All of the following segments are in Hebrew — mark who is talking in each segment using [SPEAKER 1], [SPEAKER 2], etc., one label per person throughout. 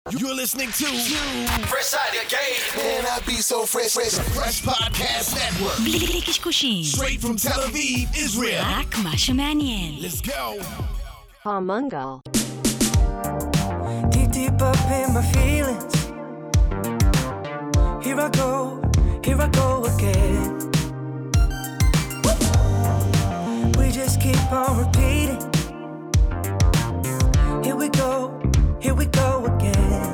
[SPEAKER 1] You're listening to Fresh Out of Game. Man, I be so fresh. Fresh Podcast Network.
[SPEAKER 2] בלי קשקושים.
[SPEAKER 1] Straight from Tel Aviv, Israel.
[SPEAKER 2] רק מה שמעניין.
[SPEAKER 1] Let's go.
[SPEAKER 3] Palmungal.
[SPEAKER 4] Deep up in my feelings. Here I go again. We just keep on repeating. Here we go again.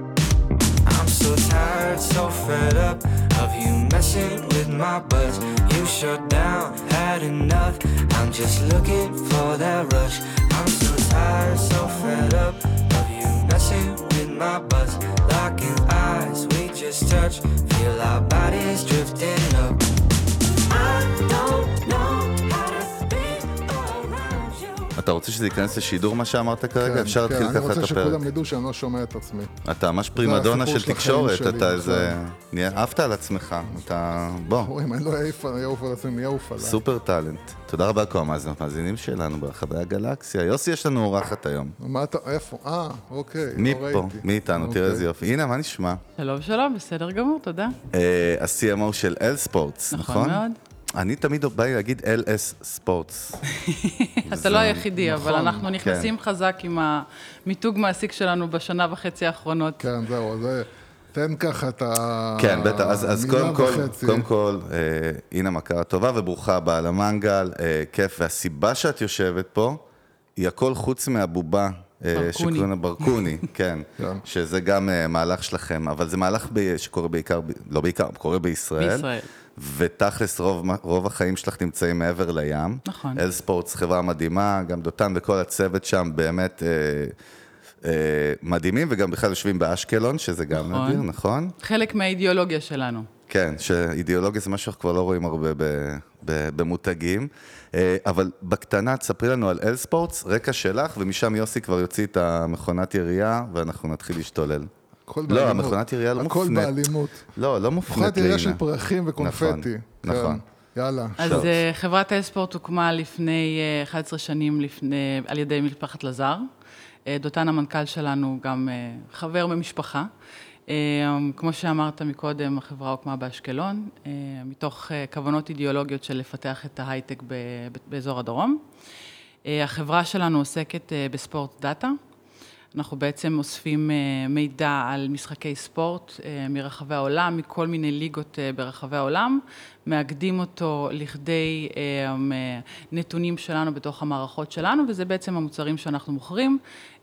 [SPEAKER 4] I'm so tired, so fed up of you messing with my buzz. You shut down, had enough. I'm just looking for that rush. I'm so tired, so fed up of you messing with my buzz. Locking eyes, we just touch. Feel our bodies drifting up. I don't know how to be around you.
[SPEAKER 5] אתה רוצה שזה ייכנס לשידור מה שאמרת כרגע? אפשר להתחיל ככה את
[SPEAKER 6] אני רוצה
[SPEAKER 5] הפרק.
[SPEAKER 6] שכולם ידעו שאני לא שומע את עצמי.
[SPEAKER 5] אתה ממש פרימדונה
[SPEAKER 6] הסיפור
[SPEAKER 5] של
[SPEAKER 6] של
[SPEAKER 5] תקשורת,
[SPEAKER 6] החיים
[SPEAKER 5] אתה
[SPEAKER 6] שלי,
[SPEAKER 5] איזה... עפת על עצמך, אתה... בוא,
[SPEAKER 6] רואים, אני לא אעוף על עצמי, מי יעוף עליי?
[SPEAKER 5] סופר טאלנט. תודה רבה לכל המאזינים שלנו ברחבי הגלקסיה. יוסי, יש לנו אורחת היום.
[SPEAKER 6] מה אתה, איפה? אוקיי,
[SPEAKER 5] מי
[SPEAKER 6] לא
[SPEAKER 5] פה?
[SPEAKER 6] ראיתי.
[SPEAKER 5] מי איתנו? תראה איזה יופי. הנה, מה נשמע?
[SPEAKER 7] שלום, בסדר גמור, תודה.
[SPEAKER 5] ה-CMO של אל ספורטס, נכון?
[SPEAKER 7] נכון מאוד.
[SPEAKER 5] אני תמיד בא לי להגיד LS ספורטס.
[SPEAKER 7] אתה לא היחידי, אבל
[SPEAKER 6] נכון,
[SPEAKER 7] אנחנו נכנסים חזק עם המיתוג מעסיק שלנו בשנה וחצי האחרונות.
[SPEAKER 6] כן, זהו, זה... תן ככה את ה...
[SPEAKER 5] כן, בטח, אז
[SPEAKER 6] מילה וחצי.
[SPEAKER 5] קודם כל, הנה מכרה טובה וברוכה הבאה למנגל, כיף, והסיבה שאת יושבת פה, היא הכל חוץ מהבובה, שקוראים לה ברקוני, כן, שזה גם מהלך שלכם, אבל זה מהלך שקורה בעיקר, לא בעיקר, קורה בישראל, ותכלס רוב החיים שלך נמצאים מעבר לים.
[SPEAKER 7] נכון.
[SPEAKER 5] אל ספורטס, חברה מדהימה, גם דותן וכל הצוות שם באמת מדהימים, וגם בכלל יושבים באשקלון, שזה גם נדיר, נכון?
[SPEAKER 7] חלק מהאידיאולוגיה שלנו.
[SPEAKER 5] כן, שאידיאולוגיה זה משהו שכבר לא רואים הרבה במותגים, אבל בקטנה תספרי לנו על אל ספורטס, רקע שלך, ומשם יוסי כבר יוציא את המכונת ירייה, ואנחנו נתחיל להשתולל. לא, המכונת ירייה לא מופנית.
[SPEAKER 6] הכל באלימות.
[SPEAKER 5] לא מופנית
[SPEAKER 6] מכונת ירייה של פרחים וקונפטי.
[SPEAKER 5] נכון.
[SPEAKER 6] יאללה.
[SPEAKER 7] אז חברת אל ספורט הוקמה לפני 11 שנים על ידי משפחת לזר. דותן המנכ"ל שלנו גם חבר ממשפחה. כמו שאמרת מקודם, החברה הוקמה באשקלון, מתוך כוונות אידיאולוגיות של לפתח את ההייטק באזור הדרום. החברה שלנו עוסקת בספורט דאטה. אנחנו בעצם אוספים מידע על משחקי ספורט מרחבי העולם, מכל מיני ליגות ברחבי העולם, מאגדים אותו לכדי נתונים שלנו בתוך המערכות שלנו, וזה בעצם המוצרים שאנחנו מוכרים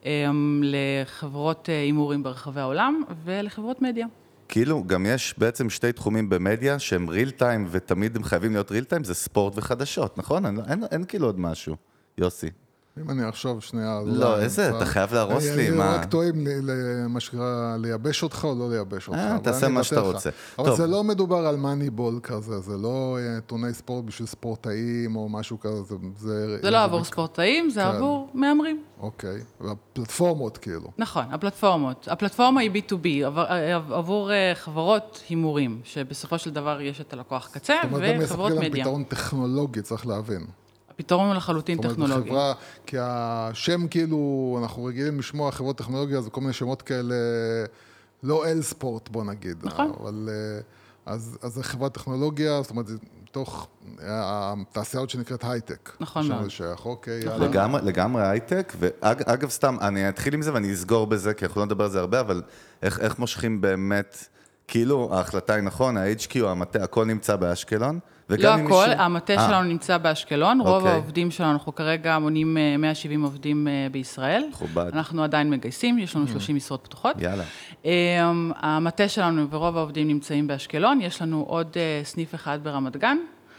[SPEAKER 7] לחברות הימורים ברחבי העולם ולחברות מדיה.
[SPEAKER 5] כאילו, גם יש בעצם שתי תחומים במדיה שהם ריל טיים, ותמיד הם חייבים להיות ריל טיים, זה ספורט וחדשות, נכון? אין כאילו עוד משהו, יוסי.
[SPEAKER 6] אם אני אחשוב שנייה...
[SPEAKER 5] לא, איזה, אתה חייב להרוס לי, מה...
[SPEAKER 6] אני רק טועה אם מה שקרה, לייבש אותך או לא לייבש אותך.
[SPEAKER 5] תעשה מה שאתה רוצה.
[SPEAKER 6] אבל זה לא מדובר על מאניבול כזה, זה לא טורני ספורט בשביל ספורטאים או משהו כזה.
[SPEAKER 7] זה לא עבור ספורטאים, זה עבור מאמרים.
[SPEAKER 6] אוקיי, והפלטפורמות כאילו.
[SPEAKER 7] נכון, הפלטפורמות. הפלטפורמה היא B2B, עבור חברות הימורים, שבסופו של דבר יש את הלקוח קצה וחברות מדיה.
[SPEAKER 6] גם פתרון טכנולוגי, צריך להבין.
[SPEAKER 7] הפתרון הוא לחלוטין טכנולוגי.
[SPEAKER 6] חברה, כי השם כאילו, אנחנו רגילים לשמוע חברות טכנולוגיה, זה כל מיני שמות כאלה, לא אל ספורט בוא נגיד.
[SPEAKER 7] נכון.
[SPEAKER 6] אבל, אז זה חברת טכנולוגיה, זאת אומרת, זה תוך התעשיות שנקראת הייטק.
[SPEAKER 7] נכון מאוד.
[SPEAKER 6] שייך, אוקיי,
[SPEAKER 5] לגמרי הייטק, ואגב סתם, אני אתחיל עם זה ואני אסגור בזה, כי אנחנו לא נדבר על זה הרבה, אבל איך מושכים באמת, כאילו ההחלטה היא נכון, ה-HQ, המטה, הכל נמצא באשקלון,
[SPEAKER 7] לא הכל, המטה שלנו נמצא באשקלון, רוב העובדים שלנו, אנחנו כרגע מונים 170 עובדים בישראל.
[SPEAKER 5] מכובד.
[SPEAKER 7] אנחנו עדיין מגייסים, יש לנו 30 משרות פתוחות.
[SPEAKER 5] יאללה.
[SPEAKER 7] המטה שלנו ורוב העובדים נמצאים באשקלון, יש לנו עוד סניף אחד ברמת גן,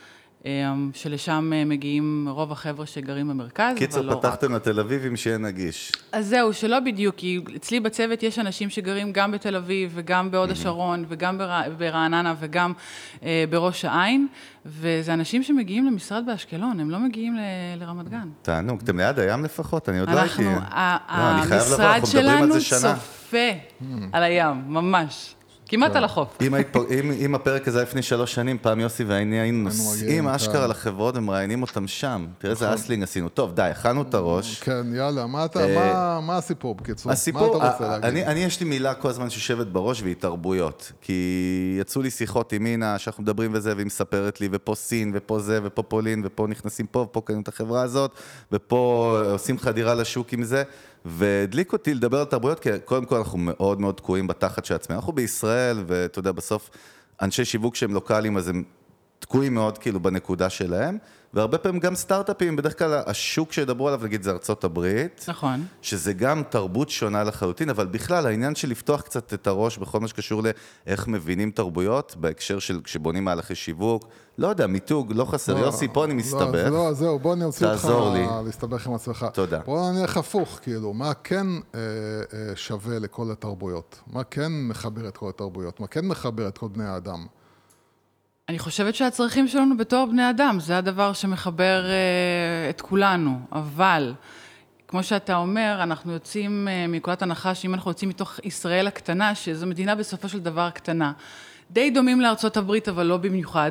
[SPEAKER 7] שלשם מגיעים רוב החבר'ה שגרים במרכז,
[SPEAKER 5] קיצור, פתחתם לתל אביבים שיהיה נגיש.
[SPEAKER 7] אז זהו, שלא בדיוק, כי אצלי בצוות יש אנשים שגרים גם בתל אביב, וגם בהוד השרון, וגם ברעננה, וגם בראש העין, וזה אנשים שמגיעים למשרד באשקלון, הם לא מגיעים לרמת גן.
[SPEAKER 5] תענוג, אתם ליד הים לפחות, אני עוד לא הייתי...
[SPEAKER 7] המשרד שלנו צופה על הים, ממש. כמעט על החוף.
[SPEAKER 5] אם הפרק הזה לפני 3 שנים, פעם יוסי ואני היינו נוסעים אשכרה לחברות ומראיינים אותם שם. תראה איזה אסלינג עשינו. טוב, די, הכנו את הראש.
[SPEAKER 6] כן, יאללה, מה הסיפור בקיצור?
[SPEAKER 5] הסיפור, אני יש לי מילה כל הזמן שיושבת בראש והיא תרבויות. כי יצאו לי שיחות עם מינה, שאנחנו מדברים וזה, והיא מספרת לי, ופה סין, ופה זה, ופה פולין, ופה נכנסים פה, ופה קיימים את החברה הזאת, ופה עושים חדירה לשוק עם זה. והדליק אותי לדבר על תרבויות, כי קודם כל אנחנו מאוד מאוד תקועים בתחת של עצמנו. אנחנו בישראל, ואתה יודע, בסוף אנשי שיווק שהם לוקליים, אז הם תקועים מאוד כאילו בנקודה שלהם, והרבה פעמים גם סטארט-אפים, בדרך כלל השוק שידברו עליו, נגיד, זה ארצות הברית.
[SPEAKER 7] נכון.
[SPEAKER 5] שזה גם תרבות שונה לחלוטין, אבל בכלל, העניין של לפתוח קצת את הראש בכל מה שקשור לאיך מבינים תרבויות, בהקשר של כשבונים מהלכי שיווק, לא יודע, מיתוג, לא חסר. יוסי, פה אני מסתבך.
[SPEAKER 6] לא, זהו, בוא אני אוציא אותך להסתבך עם עצמך.
[SPEAKER 5] תודה.
[SPEAKER 6] בוא נלך הפוך, כאילו, מה כן שווה לכל התרבויות? מה כן מחבר את כל התרבויות? מה כן מחבר את כל בני האדם?
[SPEAKER 7] אני חושבת שהצרכים שלנו בתור בני אדם, זה הדבר שמחבר את כולנו, אבל כמו שאתה אומר, אנחנו יוצאים מנקודת הנחה שאם אנחנו יוצאים מתוך ישראל הקטנה, שזו מדינה בסופו של דבר קטנה, די דומים לארצות הברית, אבל לא במיוחד,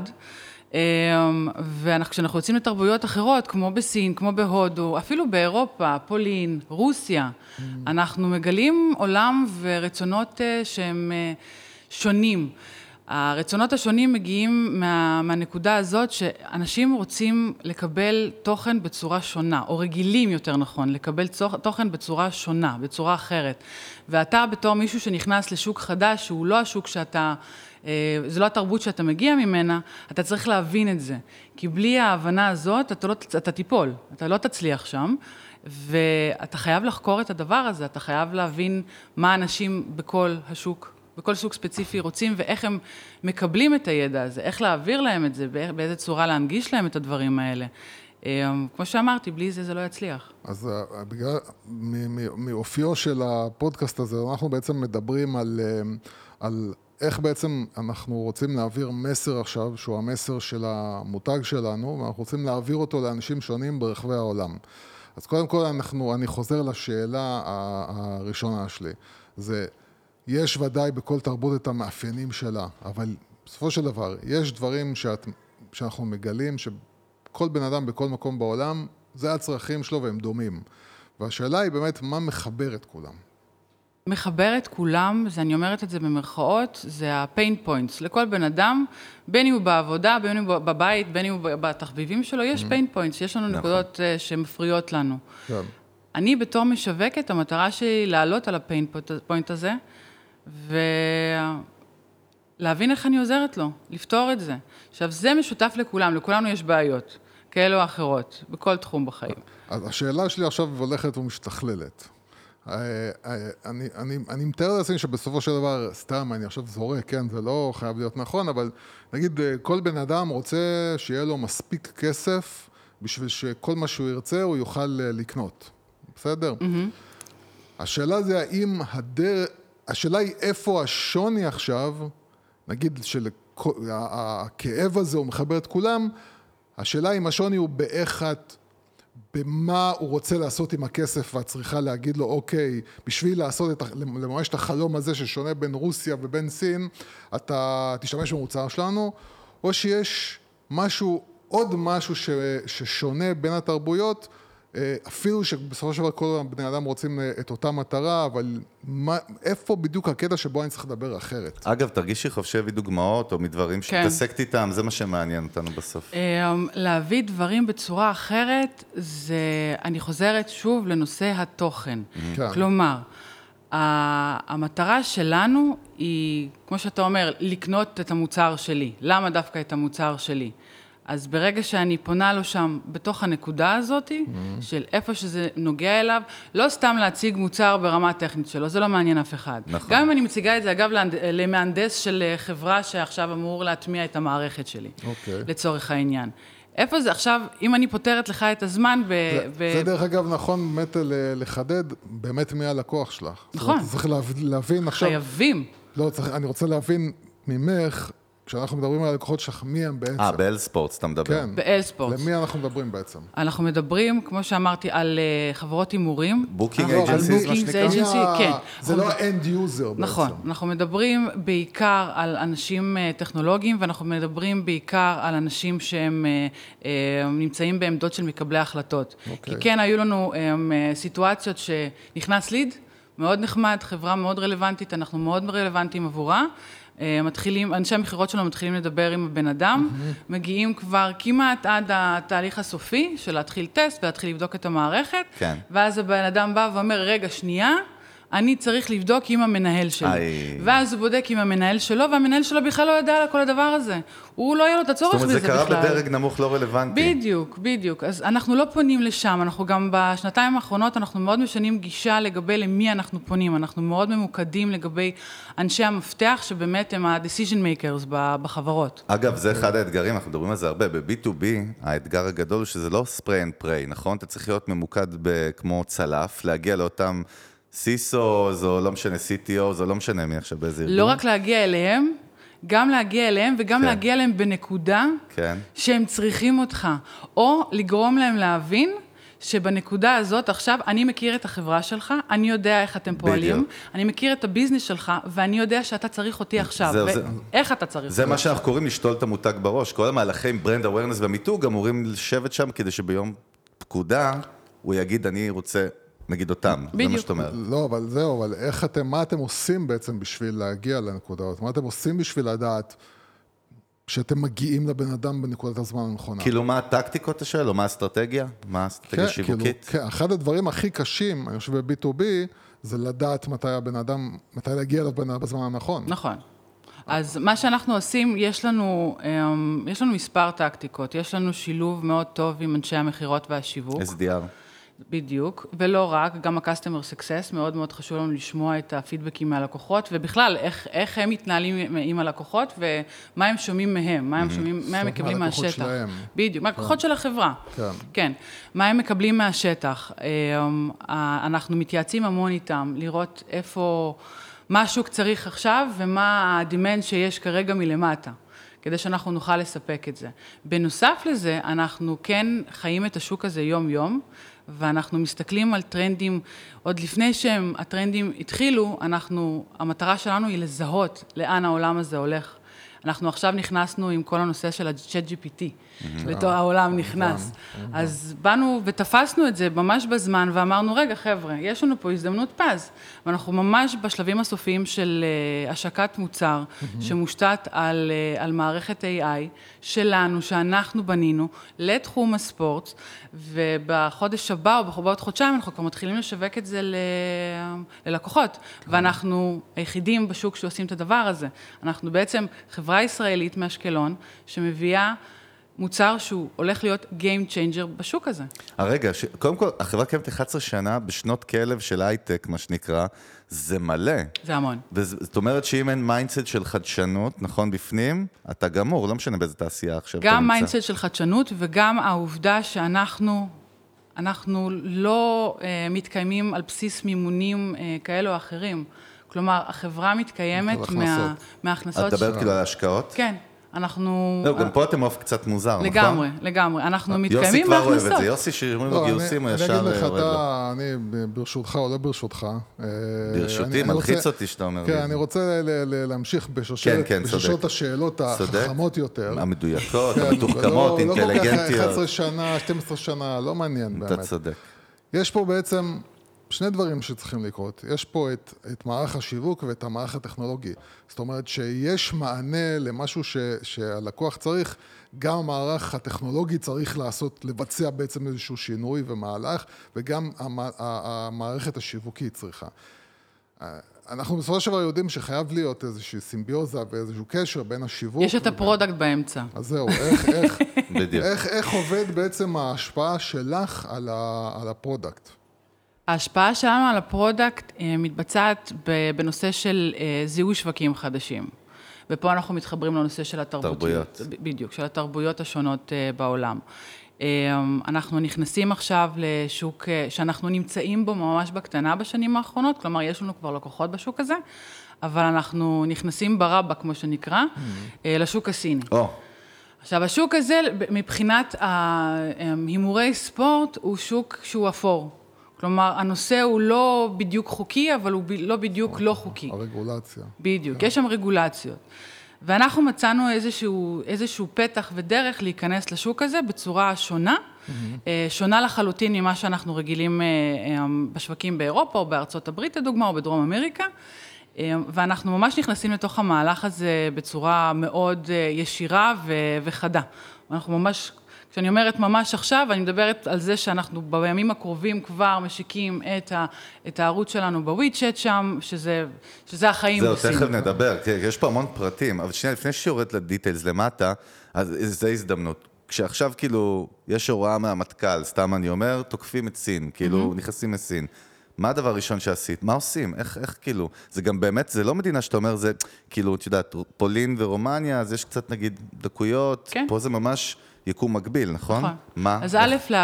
[SPEAKER 7] וכשאנחנו יוצאים לתרבויות אחרות, כמו בסין, כמו בהודו, אפילו באירופה, פולין, רוסיה, אנחנו מגלים עולם ורצונות שהם שונים. הרצונות השונים מגיעים מהנקודה הזאת שאנשים רוצים לקבל תוכן בצורה שונה, או רגילים יותר נכון, לקבל תוכן בצורה שונה, בצורה אחרת. ואתה בתור מישהו שנכנס לשוק חדש, שהוא לא השוק שאתה, זה לא התרבות שאתה מגיע ממנה, אתה צריך להבין את זה. כי בלי ההבנה הזאת, אתה תיפול, אתה לא תצליח שם, ואתה חייב לחקור את הדבר הזה, אתה חייב להבין מה אנשים בכל השוק בכל סוג ספציפי רוצים, ואיך הם מקבלים את הידע הזה, איך להעביר להם את זה, באיזה צורה להנגיש להם את הדברים האלה. כמו שאמרתי, בלי זה זה לא יצליח.
[SPEAKER 6] אז בגלל, מאופיו של הפודקאסט הזה, אנחנו בעצם מדברים על איך בעצם אנחנו רוצים להעביר מסר עכשיו, שהוא המסר של המותג שלנו, ואנחנו רוצים להעביר אותו לאנשים שונים ברחבי העולם. אז קודם כל אני חוזר לשאלה הראשונה שלי. זה יש ודאי בכל תרבות את המאפיינים שלה, אבל בסופו של דבר, יש דברים שאנחנו מגלים שכל בן אדם בכל מקום בעולם, זה הצרכים שלו והם דומים. והשאלה היא באמת, מה מחבר את כולם?
[SPEAKER 7] מחבר את כולם, אני אומרת את זה במרכאות, זה ה-pain points. לכל בן אדם, בין הוא בעבודה, בין הוא בבית, בין הוא בתחביבים שלו, יש pain points, יש לנו נקודות שמפריעות לנו. אני בתור משווקת, המטרה שלי לעלות על ה-pain point הזה, ולהבין איך אני עוזרת לו, לפתור את זה. עכשיו, זה משותף לכולם, לכולנו יש בעיות, כאלו או אחרות, בכל תחום בחיים.
[SPEAKER 6] אז השאלה שלי עכשיו הולכת ומשתכללת. אני מתאר לעצמי שבסופו של דבר, סתם, אני עכשיו זורק, כן, זה לא חייב להיות נכון, אבל נגיד, כל בן אדם רוצה שיהיה לו מספיק כסף, בשביל שכל מה שהוא ירצה, הוא יוכל לקנות. בסדר? השאלה זה האם השאלה היא איפה השוני עכשיו, נגיד שהכאב הזה הוא מחבר את כולם, השאלה אם השוני הוא במה הוא רוצה לעשות עם הכסף, ואת צריכה להגיד לו, אוקיי, בשביל לממש את החלום הזה ששונה בין רוסיה ובין סין, אתה תשתמש במוצר שלנו, או שיש עוד משהו ששונה בין התרבויות, אפילו שבסופו של דבר כל בני אדם רוצים את אותה מטרה, אבל איפה בדיוק הקטע שבו אני צריך לדבר אחרת?
[SPEAKER 5] אגב, תרגישי חופשי להביא דוגמאות או מדברים שתעסקת איתם, זה מה שמעניין אותנו בסוף.
[SPEAKER 7] להביא דברים בצורה אחרת, אני חוזרת שוב לנושא התוכן. כלומר, המטרה שלנו היא, כמו שאתה אומר, לקנות את המוצר שלי. למה דווקא את המוצר שלי? אז ברגע שאני פונה לו שם בתוך הנקודה הזאת, של איפה שזה נוגע אליו, לא סתם להציג מוצר ברמה הטכנית שלו, זה לא מעניין אף אחד. נכון. גם אם אני מציגה את זה, אגב, למהנדס של חברה שעכשיו אמור להטמיע את המערכת שלי, לצורך העניין. איפה זה? עכשיו, אם אני פותרת לך את הזמן
[SPEAKER 6] זה דרך אגב נכון באמת לחדד באמת מי הלקוח שלך.
[SPEAKER 7] נכון.
[SPEAKER 6] צריך להבין עכשיו...
[SPEAKER 7] חייבים.
[SPEAKER 6] לא, אני רוצה להבין ממך, כשאנחנו מדברים על לקוחות שלך, מי הם בעצם?
[SPEAKER 5] באל ספורטס אתה מדבר.
[SPEAKER 6] כן.
[SPEAKER 7] באל ספורטס.
[SPEAKER 6] למי אנחנו מדברים בעצם?
[SPEAKER 7] אנחנו מדברים, כמו שאמרתי, על חברות הימורים.
[SPEAKER 5] בוקינג
[SPEAKER 6] על
[SPEAKER 5] אייג'נסיז, מה
[SPEAKER 7] bookings
[SPEAKER 5] שנקרא?
[SPEAKER 7] agency, כן.
[SPEAKER 6] זה לא end user בעצם.
[SPEAKER 7] נכון, אנחנו מדברים בעיקר על אנשים טכנולוגיים, ואנחנו מדברים בעיקר על אנשים שהם נמצאים בעמדות של מקבלי החלטות. כי כן, היו לנו סיטואציות שנכנס ליד, מאוד נחמד, חברה מאוד רלוונטית, אנחנו מאוד רלוונטיים עבורה, אנשי המחירות שלנו מתחילים לדבר עם הבן אדם, מגיעים כבר כמעט עד התהליך הסופי של להתחיל טסט ולהתחיל לבדוק את המערכת,
[SPEAKER 5] כן.
[SPEAKER 7] ואז הבן אדם בא ואומר, רגע, שנייה, אני צריך לבדוק עם המנהל שלי. ואז הוא בודק עם המנהל שלו, והמנהל שלו בכלל לא יודע על כל הדבר הזה. הוא לא יהיה לו את הצורך בזה בכלל.
[SPEAKER 5] זאת אומרת, זה קרה בדרג נמוך לא רלוונטי.
[SPEAKER 7] בדיוק. אז אנחנו לא פונים לשם, אנחנו גם בשנתיים האחרונות, אנחנו מאוד משנים גישה לגבי למי אנחנו פונים, אנחנו מאוד ממוקדים לגבי אנשי המפתח, שבאמת הם ה-decision makers בחברות.
[SPEAKER 5] אגב, זה אחד האתגרים, אנחנו מדברים על זה הרבה, ב-B2B, האתגר הגדול הוא שזה לא spray and pray, נכון? אתה צריך להיות ממוקד כמו צלף, להגיע לאותם סיסו, זו לא משנה CTO, זו לא משנה מי עכשיו באיזה ארגון.
[SPEAKER 7] לא רק להגיע אליהם, גם להגיע אליהם וגם להגיע אליהם בנקודה שהם צריכים אותך. או לגרום להם להבין שבנקודה הזאת עכשיו אני מכיר את החברה שלך, אני יודע איך אתם פועלים, אני מכיר את הביזנס שלך, ואני יודע שאתה צריך אותי עכשיו, ואיך אתה צריך אותי.
[SPEAKER 5] זה מה שאנחנו קוראים לשתול את המותג בראש. כל המהלכי ברנד אווירנס והמיתוג אמורים לשבת שם כדי שביום פקודה הוא יגיד אני רוצה נגיד אותם, זה מה שאתה אומר.
[SPEAKER 6] לא, אבל זהו, אבל מה אתם עושים בעצם בשביל להגיע לנקודה הזאת? מה אתם עושים בשביל לדעת שאתם מגיעים לבן אדם בנקודת הזמן הנכונה?
[SPEAKER 5] כאילו מה הטקטיקות אתה שואל, או מה האסטרטגיה? מה האסטרטגיה שיווקית?
[SPEAKER 6] כן, אחד הדברים הכי קשים, אני חושב ב-B2B, זה לדעת מתי הבן אדם, מתי להגיע לבן בזמן הנכון.
[SPEAKER 7] נכון. אז מה שאנחנו עושים, יש לנו מספר טקטיקות, יש לנו שילוב מאוד טוב עם אנשי המחירות והשיווק.
[SPEAKER 5] SDR.
[SPEAKER 7] בדיוק, ולא רק, גם ה-Customer Success, מאוד מאוד חשוב לנו לשמוע את הפידבקים מהלקוחות, ובכלל, איך הם מתנהלים עם הלקוחות, ומה הם שומעים מהם, מה הם מקבלים מהשטח. בדיוק, מהלקוחות של החברה. כן. מה הם מקבלים מהשטח. אנחנו מתייעצים המון איתם, לראות איפה, מה השוק צריך עכשיו, ומה הדימנד שיש כרגע מלמטה. כדי שאנחנו נוכל לספק את זה. בנוסף לזה, אנחנו כן חיים את השוק הזה יום-יום, ואנחנו מסתכלים על טרנדים, עוד לפני שהטרנדים התחילו, המטרה שלנו היא לזהות לאן העולם הזה הולך. אנחנו עכשיו נכנסנו עם כל הנושא של ה-ChatGPT, לתוך העולם נכנס. אז באנו ותפסנו את זה ממש בזמן, ואמרנו, רגע חבר'ה, יש לנו פה הזדמנות פז, ואנחנו ממש בשלבים הסופיים של השקת מוצר, שמושתת על מערכת AI שלנו, שאנחנו בנינו, לתחום הספורט, ובחודש הבא או בעוד חודשיים, אנחנו כבר מתחילים לשווק את זה ללקוחות, ואנחנו היחידים בשוק שעושים את הדבר הזה. אנחנו בעצם חברה ישראלית מאשקלון, שמביאה מוצר שהוא הולך להיות Game Changer בשוק הזה.
[SPEAKER 5] רגע, קודם כל, החברה קיימת 11 שנה בשנות כלב של הייטק, מה שנקרא, זה מלא.
[SPEAKER 7] זה המון.
[SPEAKER 5] זאת אומרת שאם אין מיינדסט של חדשנות, נכון, בפנים, אתה גמור, לא משנה באיזה תעשייה עכשיו.
[SPEAKER 7] גם מיינדסט של חדשנות, וגם העובדה שאנחנו לא מתקיימים על בסיס מימונים כאלו או אחרים. כלומר, החברה מתקיימת מההכנסות.
[SPEAKER 5] את מדברת כאילו על ההשקעות?
[SPEAKER 7] כן. אנחנו...
[SPEAKER 5] לא, גם פה אתם אוף קצת מוזר, נכון?
[SPEAKER 7] לגמרי, לגמרי. אנחנו מתקיימים
[SPEAKER 5] יוסי כבר אוהב את זה. יוסי
[SPEAKER 6] שאומרים
[SPEAKER 5] לו גיוסים, הוא ישר
[SPEAKER 6] יורד לו. אני ברשותך או לא ברשותך.
[SPEAKER 5] ברשותי, מלחיץ אותי שאתה אומר.
[SPEAKER 6] כן, אני רוצה להמשיך בשושלות השאלות החכמות יותר.
[SPEAKER 5] המדויקות, המתוחכמות, אינטליגנטיות.
[SPEAKER 6] לא כל כך 11 שנה, 12 שנה, לא מעניין באמת.
[SPEAKER 5] אתה צודק. יש
[SPEAKER 6] פה בעצם שני דברים שצריכים לקרות. יש פה את מערך השיווק ואת המערך הטכנולוגי. זאת אומרת שיש מענה למשהו שהלקוח צריך, גם המערך הטכנולוגי צריך לבצע בעצם איזשהו שינוי ומהלך, וגם המערכת השיווקית צריכה. אנחנו בסופו של דבר יודעים שחייב להיות איזושהי סימביוזה ואיזשהו קשר בין השיווק.
[SPEAKER 7] יש את הפרודקט באמצע.
[SPEAKER 6] אז זהו, איך עובד בעצם ההשפעה שלך על הפרודקט?
[SPEAKER 7] ההשפעה שלנו על הפרודקט מתבצעת בנושא של זיהוי שווקים חדשים. ופה אנחנו מתחברים לנושא של התרבותיות. בדיוק, של התרבויות השונות בעולם. אנחנו נכנסים עכשיו לשוק שאנחנו נמצאים בו ממש בקטנה בשנים האחרונות, כלומר, יש לנו כבר לקוחות בשוק הזה, אבל אנחנו נכנסים ברבא, כמו שנקרא, לשוק הסיני. עכשיו, השוק הזה, מבחינת הימורי ספורט, הוא שוק שהוא אפור. כלומר, הנושא הוא לא בדיוק חוקי, אבל הוא לא בדיוק לא חוקי.
[SPEAKER 6] הרגולציה.
[SPEAKER 7] בדיוק, יש שם רגולציות. ואנחנו מצאנו איזשהו פתח ודרך להיכנס לשוק הזה בצורה שונה, שונה לחלוטין ממה שאנחנו רגילים בשווקים באירופה, או בארצות הברית, לדוגמה, או בדרום אמריקה, ואנחנו ממש נכנסים לתוך המהלך הזה בצורה מאוד ישירה וחדה. אנחנו ממש, כשאני אומרת ממש עכשיו, אני מדברת על זה שאנחנו בימים הקרובים כבר משיקים את הערוץ שלנו בוויצ'אט שם, שזה החיים
[SPEAKER 5] זהו,
[SPEAKER 7] בסין.
[SPEAKER 5] תכף נדבר, יש פה המון פרטים, אבל שנייה, לפני שיורד לדיטיילס למטה, אז זו הזדמנות. כשעכשיו כאילו יש הוראה מהמטכ"ל, סתם אני אומר, תוקפים את סין, כאילו נכנסים לסין. מה הדבר הראשון שעשית? מה עושים? איך כאילו? זה גם באמת, זה לא מדינה שאתה אומר, זה כאילו, את יודעת, פולין ורומניה, אז יש קצת נגיד דקויות,
[SPEAKER 7] כן.
[SPEAKER 5] פה זה ממש יקום מקביל, נכון?
[SPEAKER 7] נכון.
[SPEAKER 5] מה?
[SPEAKER 7] אז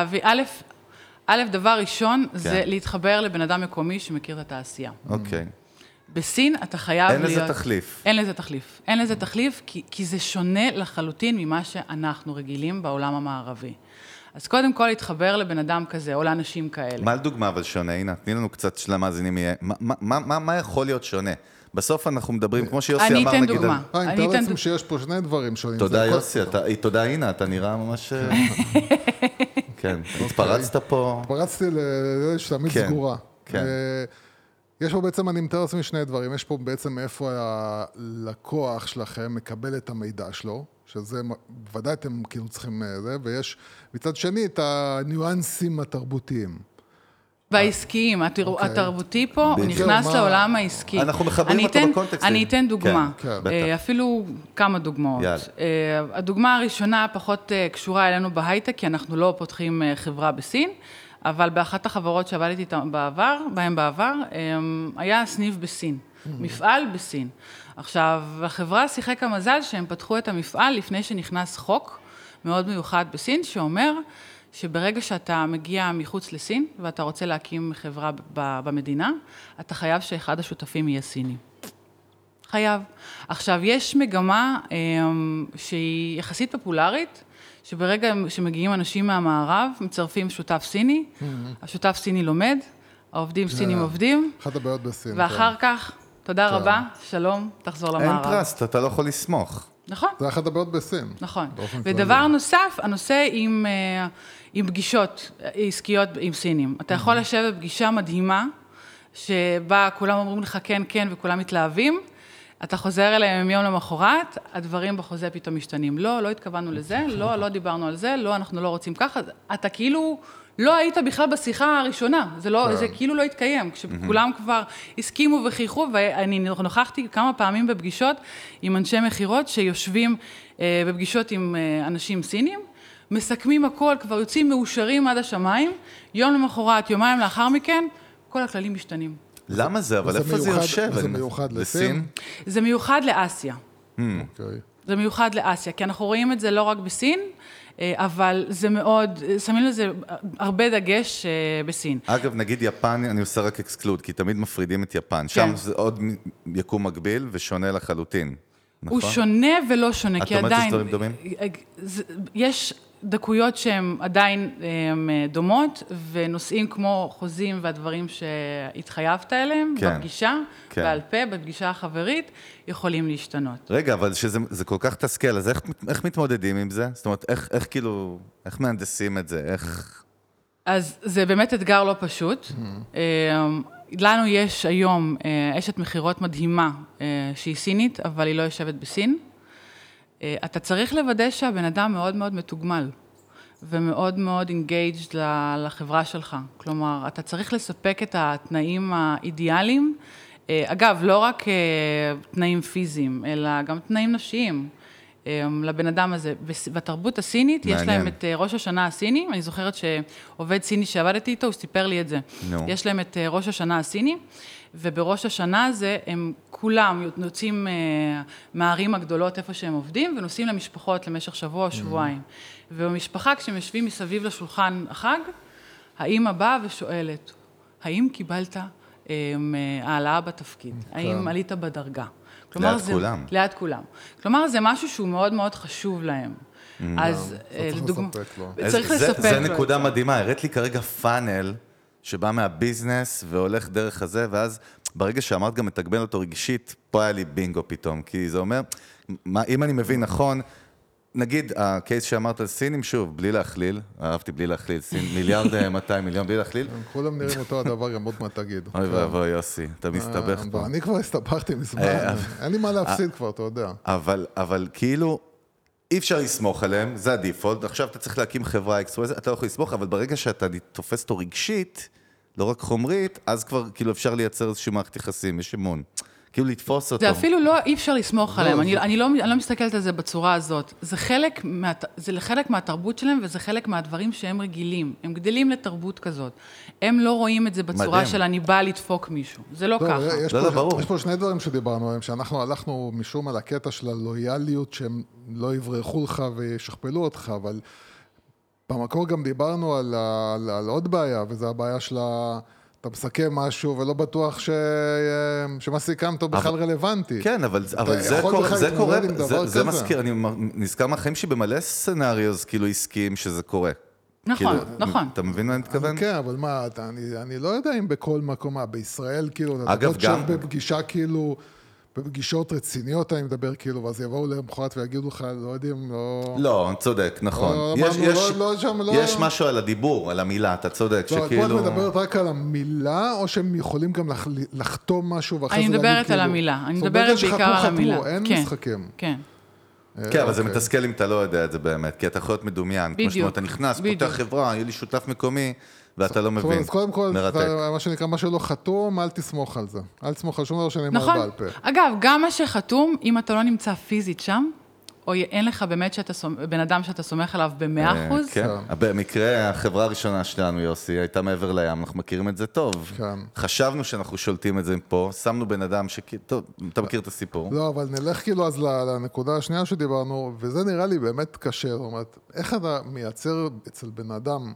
[SPEAKER 7] א', דבר ראשון, זה להתחבר לבן אדם מקומי שמכיר את התעשייה.
[SPEAKER 5] אוקיי.
[SPEAKER 7] בסין אתה חייב להיות...
[SPEAKER 5] אין לזה תחליף.
[SPEAKER 7] אין לזה תחליף. אין לזה תחליף, כי זה שונה לחלוטין ממה שאנחנו רגילים בעולם המערבי. אז קודם כל להתחבר לבן אדם כזה, או לאנשים כאלה.
[SPEAKER 5] מה לדוגמה אבל שונה? הנה, תני לנו קצת שלמאזינים יהיה. מה יכול להיות שונה? בסוף אנחנו מדברים, כמו שיוסי אמר, נגיד...
[SPEAKER 7] אני אתן דוגמה.
[SPEAKER 6] אני מתאר לעצם שיש פה שני דברים שונים.
[SPEAKER 5] תודה יוסי, תודה הנה, אתה נראה ממש... כן, התפרצת פה...
[SPEAKER 6] התפרצתי שתמיד סגורה.
[SPEAKER 5] כן.
[SPEAKER 6] יש פה בעצם, אני מתאר לעצמי שני דברים. יש פה בעצם איפה הלקוח שלכם מקבל את המידע שלו, שזה, בוודאי אתם כאילו צריכים זה, ויש מצד שני את הניואנסים התרבותיים.
[SPEAKER 7] והעסקיים, התרבותי פה, הוא נכנס לעולם העסקי.
[SPEAKER 5] אנחנו מחברים אותו בקונטקסטים.
[SPEAKER 7] אני אתן דוגמה,
[SPEAKER 5] כן,
[SPEAKER 7] אפילו כמה דוגמאות. הדוגמה הראשונה פחות קשורה אלינו בהייטק, כי אנחנו לא פותחים חברה בסין, אבל באחת החברות שעבדתי בהן בעבר, היה סניף בסין, מפעל בסין. עכשיו, החברה שיחק המזל שהם פתחו את המפעל לפני שנכנס חוק מאוד מיוחד בסין, שאומר שברגע שאתה מגיע מחוץ לסין, ואתה רוצה להקים חברה במדינה, אתה חייב שאחד השותפים יהיה סיני. חייב. עכשיו, יש מגמה שהיא יחסית פופולרית, שברגע שמגיעים אנשים מהמערב, מצרפים שותף סיני, השותף סיני לומד, העובדים סינים עובדים.
[SPEAKER 6] אחת הבעיות בסין.
[SPEAKER 7] ואחר כך, תודה רבה, שלום, תחזור למערב.
[SPEAKER 5] אין טרסט, אתה לא יכול לסמוך.
[SPEAKER 7] נכון.
[SPEAKER 6] זה אחת הבעיות בסין.
[SPEAKER 7] נכון. ודבר נוסף, הנושא עם פגישות עסקיות עם סינים. אתה יכול לשבת בפגישה מדהימה, שבה כולם אומרים לך כן, כן, וכולם מתלהבים, אתה חוזר אליהם יום למחרת, הדברים בחוזה פתאום משתנים. לא התכוונו לזה, לא דיברנו על זה, לא, אנחנו לא רוצים ככה. אתה כאילו לא היית בכלל בשיחה הראשונה, זה כאילו לא התקיים, כשכולם כבר הסכימו וחייכו, ואני נוכחתי כמה פעמים בפגישות עם אנשי מחירות, שיושבים בפגישות עם אנשים סינים, מסכמים הכל, כבר יוצאים מאושרים עד השמיים, יום למחרת, יומיים לאחר מכן, כל הכללים משתנים.
[SPEAKER 5] למה זה? אבל איפה זה יושב?
[SPEAKER 6] זה מיוחד לסין?
[SPEAKER 7] זה מיוחד לאסיה. זה מיוחד לאסיה, כי אנחנו רואים את זה לא רק בסין, אבל זה מאוד, שמים לזה הרבה דגש בסין.
[SPEAKER 5] אגב, נגיד יפן, אני עושה רק אקסקלוד, כי תמיד מפרידים את יפן. שם זה עוד יקום מקביל ושונה לחלוטין.
[SPEAKER 7] הוא שונה ולא שונה, כי עדיין...
[SPEAKER 5] את אומרת שיש דברים דומים? יש דקויות שהן עדיין דומות, ונושאים כמו חוזים והדברים שהתחייבת אליהם, בפגישה, בעל פה, בפגישה החברית, יכולים להשתנות. רגע, אבל שזה כל כך תסכל, אז איך מתמודדים עם זה? זאת אומרת, איך מהנדסים את זה?
[SPEAKER 7] אז זה באמת אתגר לא פשוט. לנו יש היום אשת מחירות מדהימה שהיא סינית, אבל היא לא יושבת בסין. אתה צריך לוודא שהבן אדם מאוד מאוד מתוגמל, ומאוד מאוד engaged לחברה שלך. כלומר, אתה צריך לספק את התנאים האידיאליים, אגב, לא רק תנאים פיזיים, אלא גם תנאים נפשיים לבן אדם הזה. בתרבות הסינית יש להם את ראש השנה הסיני, אני זוכרת שעובד סיני שעבדתי איתו, הוא סיפר לי את זה. יש להם את ראש השנה הסיני, ובראש השנה הזה הם כולם יוצאים מהערים הגדולות איפה שהם עובדים, ונוסעים למשפחות למשך שבוע או שבועיים. ובמשפחה, כשהם יושבים מסביב לשולחן החג, האמא באה ושואלת, האם קיבלת העלאה בתפקיד? האם עלית בדרגה?
[SPEAKER 5] ליד כולם.
[SPEAKER 7] ליד כולם. כלומר, זה משהו שהוא מאוד מאוד חשוב להם. אז צריך לספק לו.
[SPEAKER 5] זה נקודה מדהימה, הראת לי כרגע פאנל שבא מהביזנס והולך דרך הזה, ואז ברגע שאמרת גם מתגבל אותו רגשית, פה היה לי בינגו פתאום, כי זה אומר, אם אני מבין נכון, נגיד, הקייס שאמרת על סינים, שוב, בלי להכליל, אהבתי בלי להכליל, סין, 1.2 מיליארד בלי להכליל.
[SPEAKER 6] כולם נראים אותו הדבר, גם עוד מה תגיד.
[SPEAKER 5] אוי ואבוי, יוסי, אתה מסתבך פה.
[SPEAKER 6] אני כבר הסתבכתי מזמן, אין לי מה להפסיד כבר, אתה יודע.
[SPEAKER 5] אבל כאילו, אי אפשר לסמוך עליהם, זה הדיפולט, עכשיו אתה צריך להקים חברה אקסטרואיזית, אתה לא יכול לסמוך, אבל ברגע שאתה תופס אותו רגשית, לא רק חומרית, אז כבר כאילו אפשר לייצר איזשהו מערכת יחסים, יש אמון. כאילו לתפוס אותו.
[SPEAKER 7] זה אפילו לא, אי אפשר לסמוך עליהם, אני לא מסתכלת על זה בצורה הזאת. זה חלק מהתרבות שלהם, וזה חלק מהדברים שהם רגילים. הם גדלים לתרבות כזאת. הם לא רואים את זה בצורה של אני באה לדפוק מישהו. זה לא ככה.
[SPEAKER 6] יש פה שני דברים שדיברנו עליהם, שאנחנו הלכנו משום על הקטע של הלויאליות, שהם לא יברחו לך וישכפלו אותך, אבל במקור גם דיברנו על עוד בעיה, וזה הבעיה של אתה מסכם משהו ולא בטוח שמה סיכמת בכלל רלוונטי.
[SPEAKER 5] כן, אבל זה קורה, זה מזכיר, אני נזכר מהחיים שבמלא סצנריוז כאילו עסקיים שזה קורה.
[SPEAKER 7] נכון, נכון.
[SPEAKER 5] אתה מבין מה אני מתכוון?
[SPEAKER 6] כן, אבל מה, אני לא יודע אם בכל מקום, בישראל כאילו, אתה תשב בפגישה כאילו, בפגישות רציניות אני מדבר כאילו, ואז יבואו למחרת ויגידו לך, לא יודעים, לא...
[SPEAKER 5] לא, צודק, נכון. יש משהו על הדיבור, על המילה, אתה צודק, שכאילו...
[SPEAKER 6] פה את מדברת רק על המילה, או שהם יכולים גם לחתום משהו, ואחרי
[SPEAKER 7] זה להגיד כאילו... אני מדברת על המילה, אני מדברת בעיקר על המילה.
[SPEAKER 6] אין משחקים.
[SPEAKER 7] כן.
[SPEAKER 5] כן, אבל זה מתסכל אם אתה לא יודע את זה באמת, כי אתה יכול להיות מדומיין, כמו שאתה אתה נכנס, פותח חברה, יהיה לי שותף מקומי, ואתה לא מבין.
[SPEAKER 6] אז קודם כל, מה שנקרא, מה שלא חתום, אל תסמוך על זה. אל תסמוך על שום דבר שנאמר בעל פה.
[SPEAKER 7] אגב, גם מה שחתום, אם אתה לא נמצא פיזית שם, או אין לך באמת בן אדם שאתה סומך עליו ב100%.
[SPEAKER 5] כן, במקרה, החברה הראשונה שלנו, יוסי, הייתה מעבר לים, אנחנו מכירים את זה טוב. חשבנו שאנחנו שולטים את זה פה, שמנו בן אדם טוב, אתה מכיר את הסיפור.
[SPEAKER 6] לא, אבל נלך כאילו אז לנקודה השנייה שדיברנו, וזה נראה לי באמת קשה, זאת אומרת, איך אתה מייצר אצל בן אדם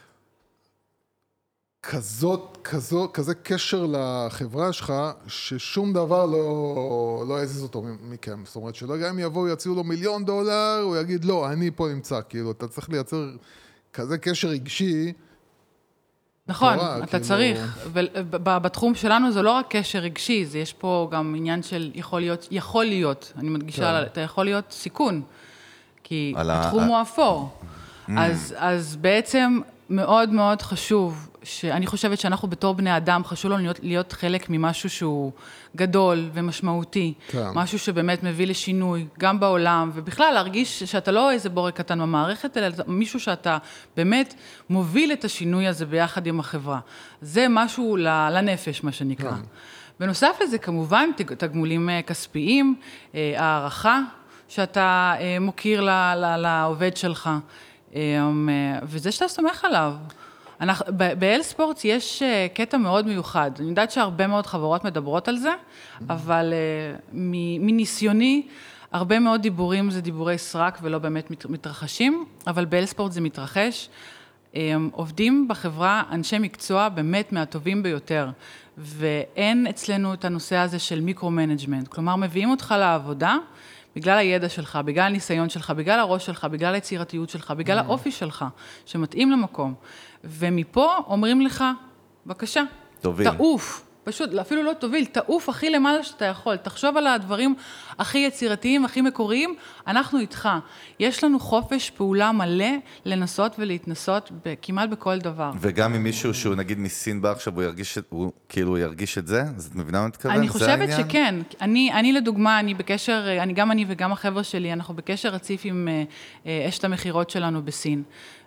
[SPEAKER 6] כזה קשר לחברה שלך, ששום דבר לא יזיז אותו מכם. זאת אומרת, שלא גם יבואו, יציעו לו $1,000,000, הוא יגיד, לא, אני פה נמצא. כאילו, אתה צריך לייצר כזה קשר רגשי.
[SPEAKER 7] נכון, אתה צריך. ובתחום שלנו זה לא רק קשר רגשי, זה יש פה גם עניין של יכול להיות, אני מדגישה, אתה יכול להיות סיכון, כי התחום הוא אפור. אז בעצם מאוד מאוד חשוב, שאני חושבת שאנחנו בתור בני אדם, חשוב לנו להיות חלק ממשהו שהוא גדול ומשמעותי, משהו שבאמת מביא לשינוי, גם בעולם, ובכלל להרגיש שאתה לא איזה בורק קטן במערכת, אלא מישהו שאתה באמת מוביל את השינוי הזה ביחד עם החברה. זה משהו לנפש, מה שנקרא. בנוסף לזה, כמובן, תגמולים כספיים, הערכה שאתה מוקיר לעובד שלך, וזה שאתה סומך עליו. באל ספורט יש קטע מאוד מיוחד. אני יודעת שהרבה מאוד חברות מדברות על זה, אבל מניסיוני, הרבה מאוד דיבורים זה דיבורי סרק ולא באמת מתרחשים, אבל באל ספורט זה מתרחש. עובדים בחברה אנשי מקצוע באמת מהטובים ביותר, ואין אצלנו את הנושא הזה של מיקרו-מנג'מנט. כלומר, מביאים אותך לעבודה, בגלל הידע שלך, בגלל הניסיון שלך, בגלל הראש שלך, בגלל היצירתיות שלך, בגלל האופי שלך, שמתאים למקום. ומפה אומרים לך, בבקשה, תעוף, פשוט, אפילו לא תוביל, תעוף הכי למעלה שאתה יכול, תחשוב על הדברים הכי יצירתיים, הכי מקוריים, אנחנו איתך. יש לנו חופש פעולה מלא לנסות ולהתנסות כמעט בכל דבר.
[SPEAKER 5] וגם אם מישהו שהוא נגיד מסין בה עכשיו, הוא כאילו ירגיש את זה? אז את מבינה מה מתכוון?
[SPEAKER 7] אני חושבת שכן. אני לדוגמה, אני בקשר, גם אני וגם החבר'ה שלי, אנחנו בקשר רציף עם אשת המחירות שלנו בסין.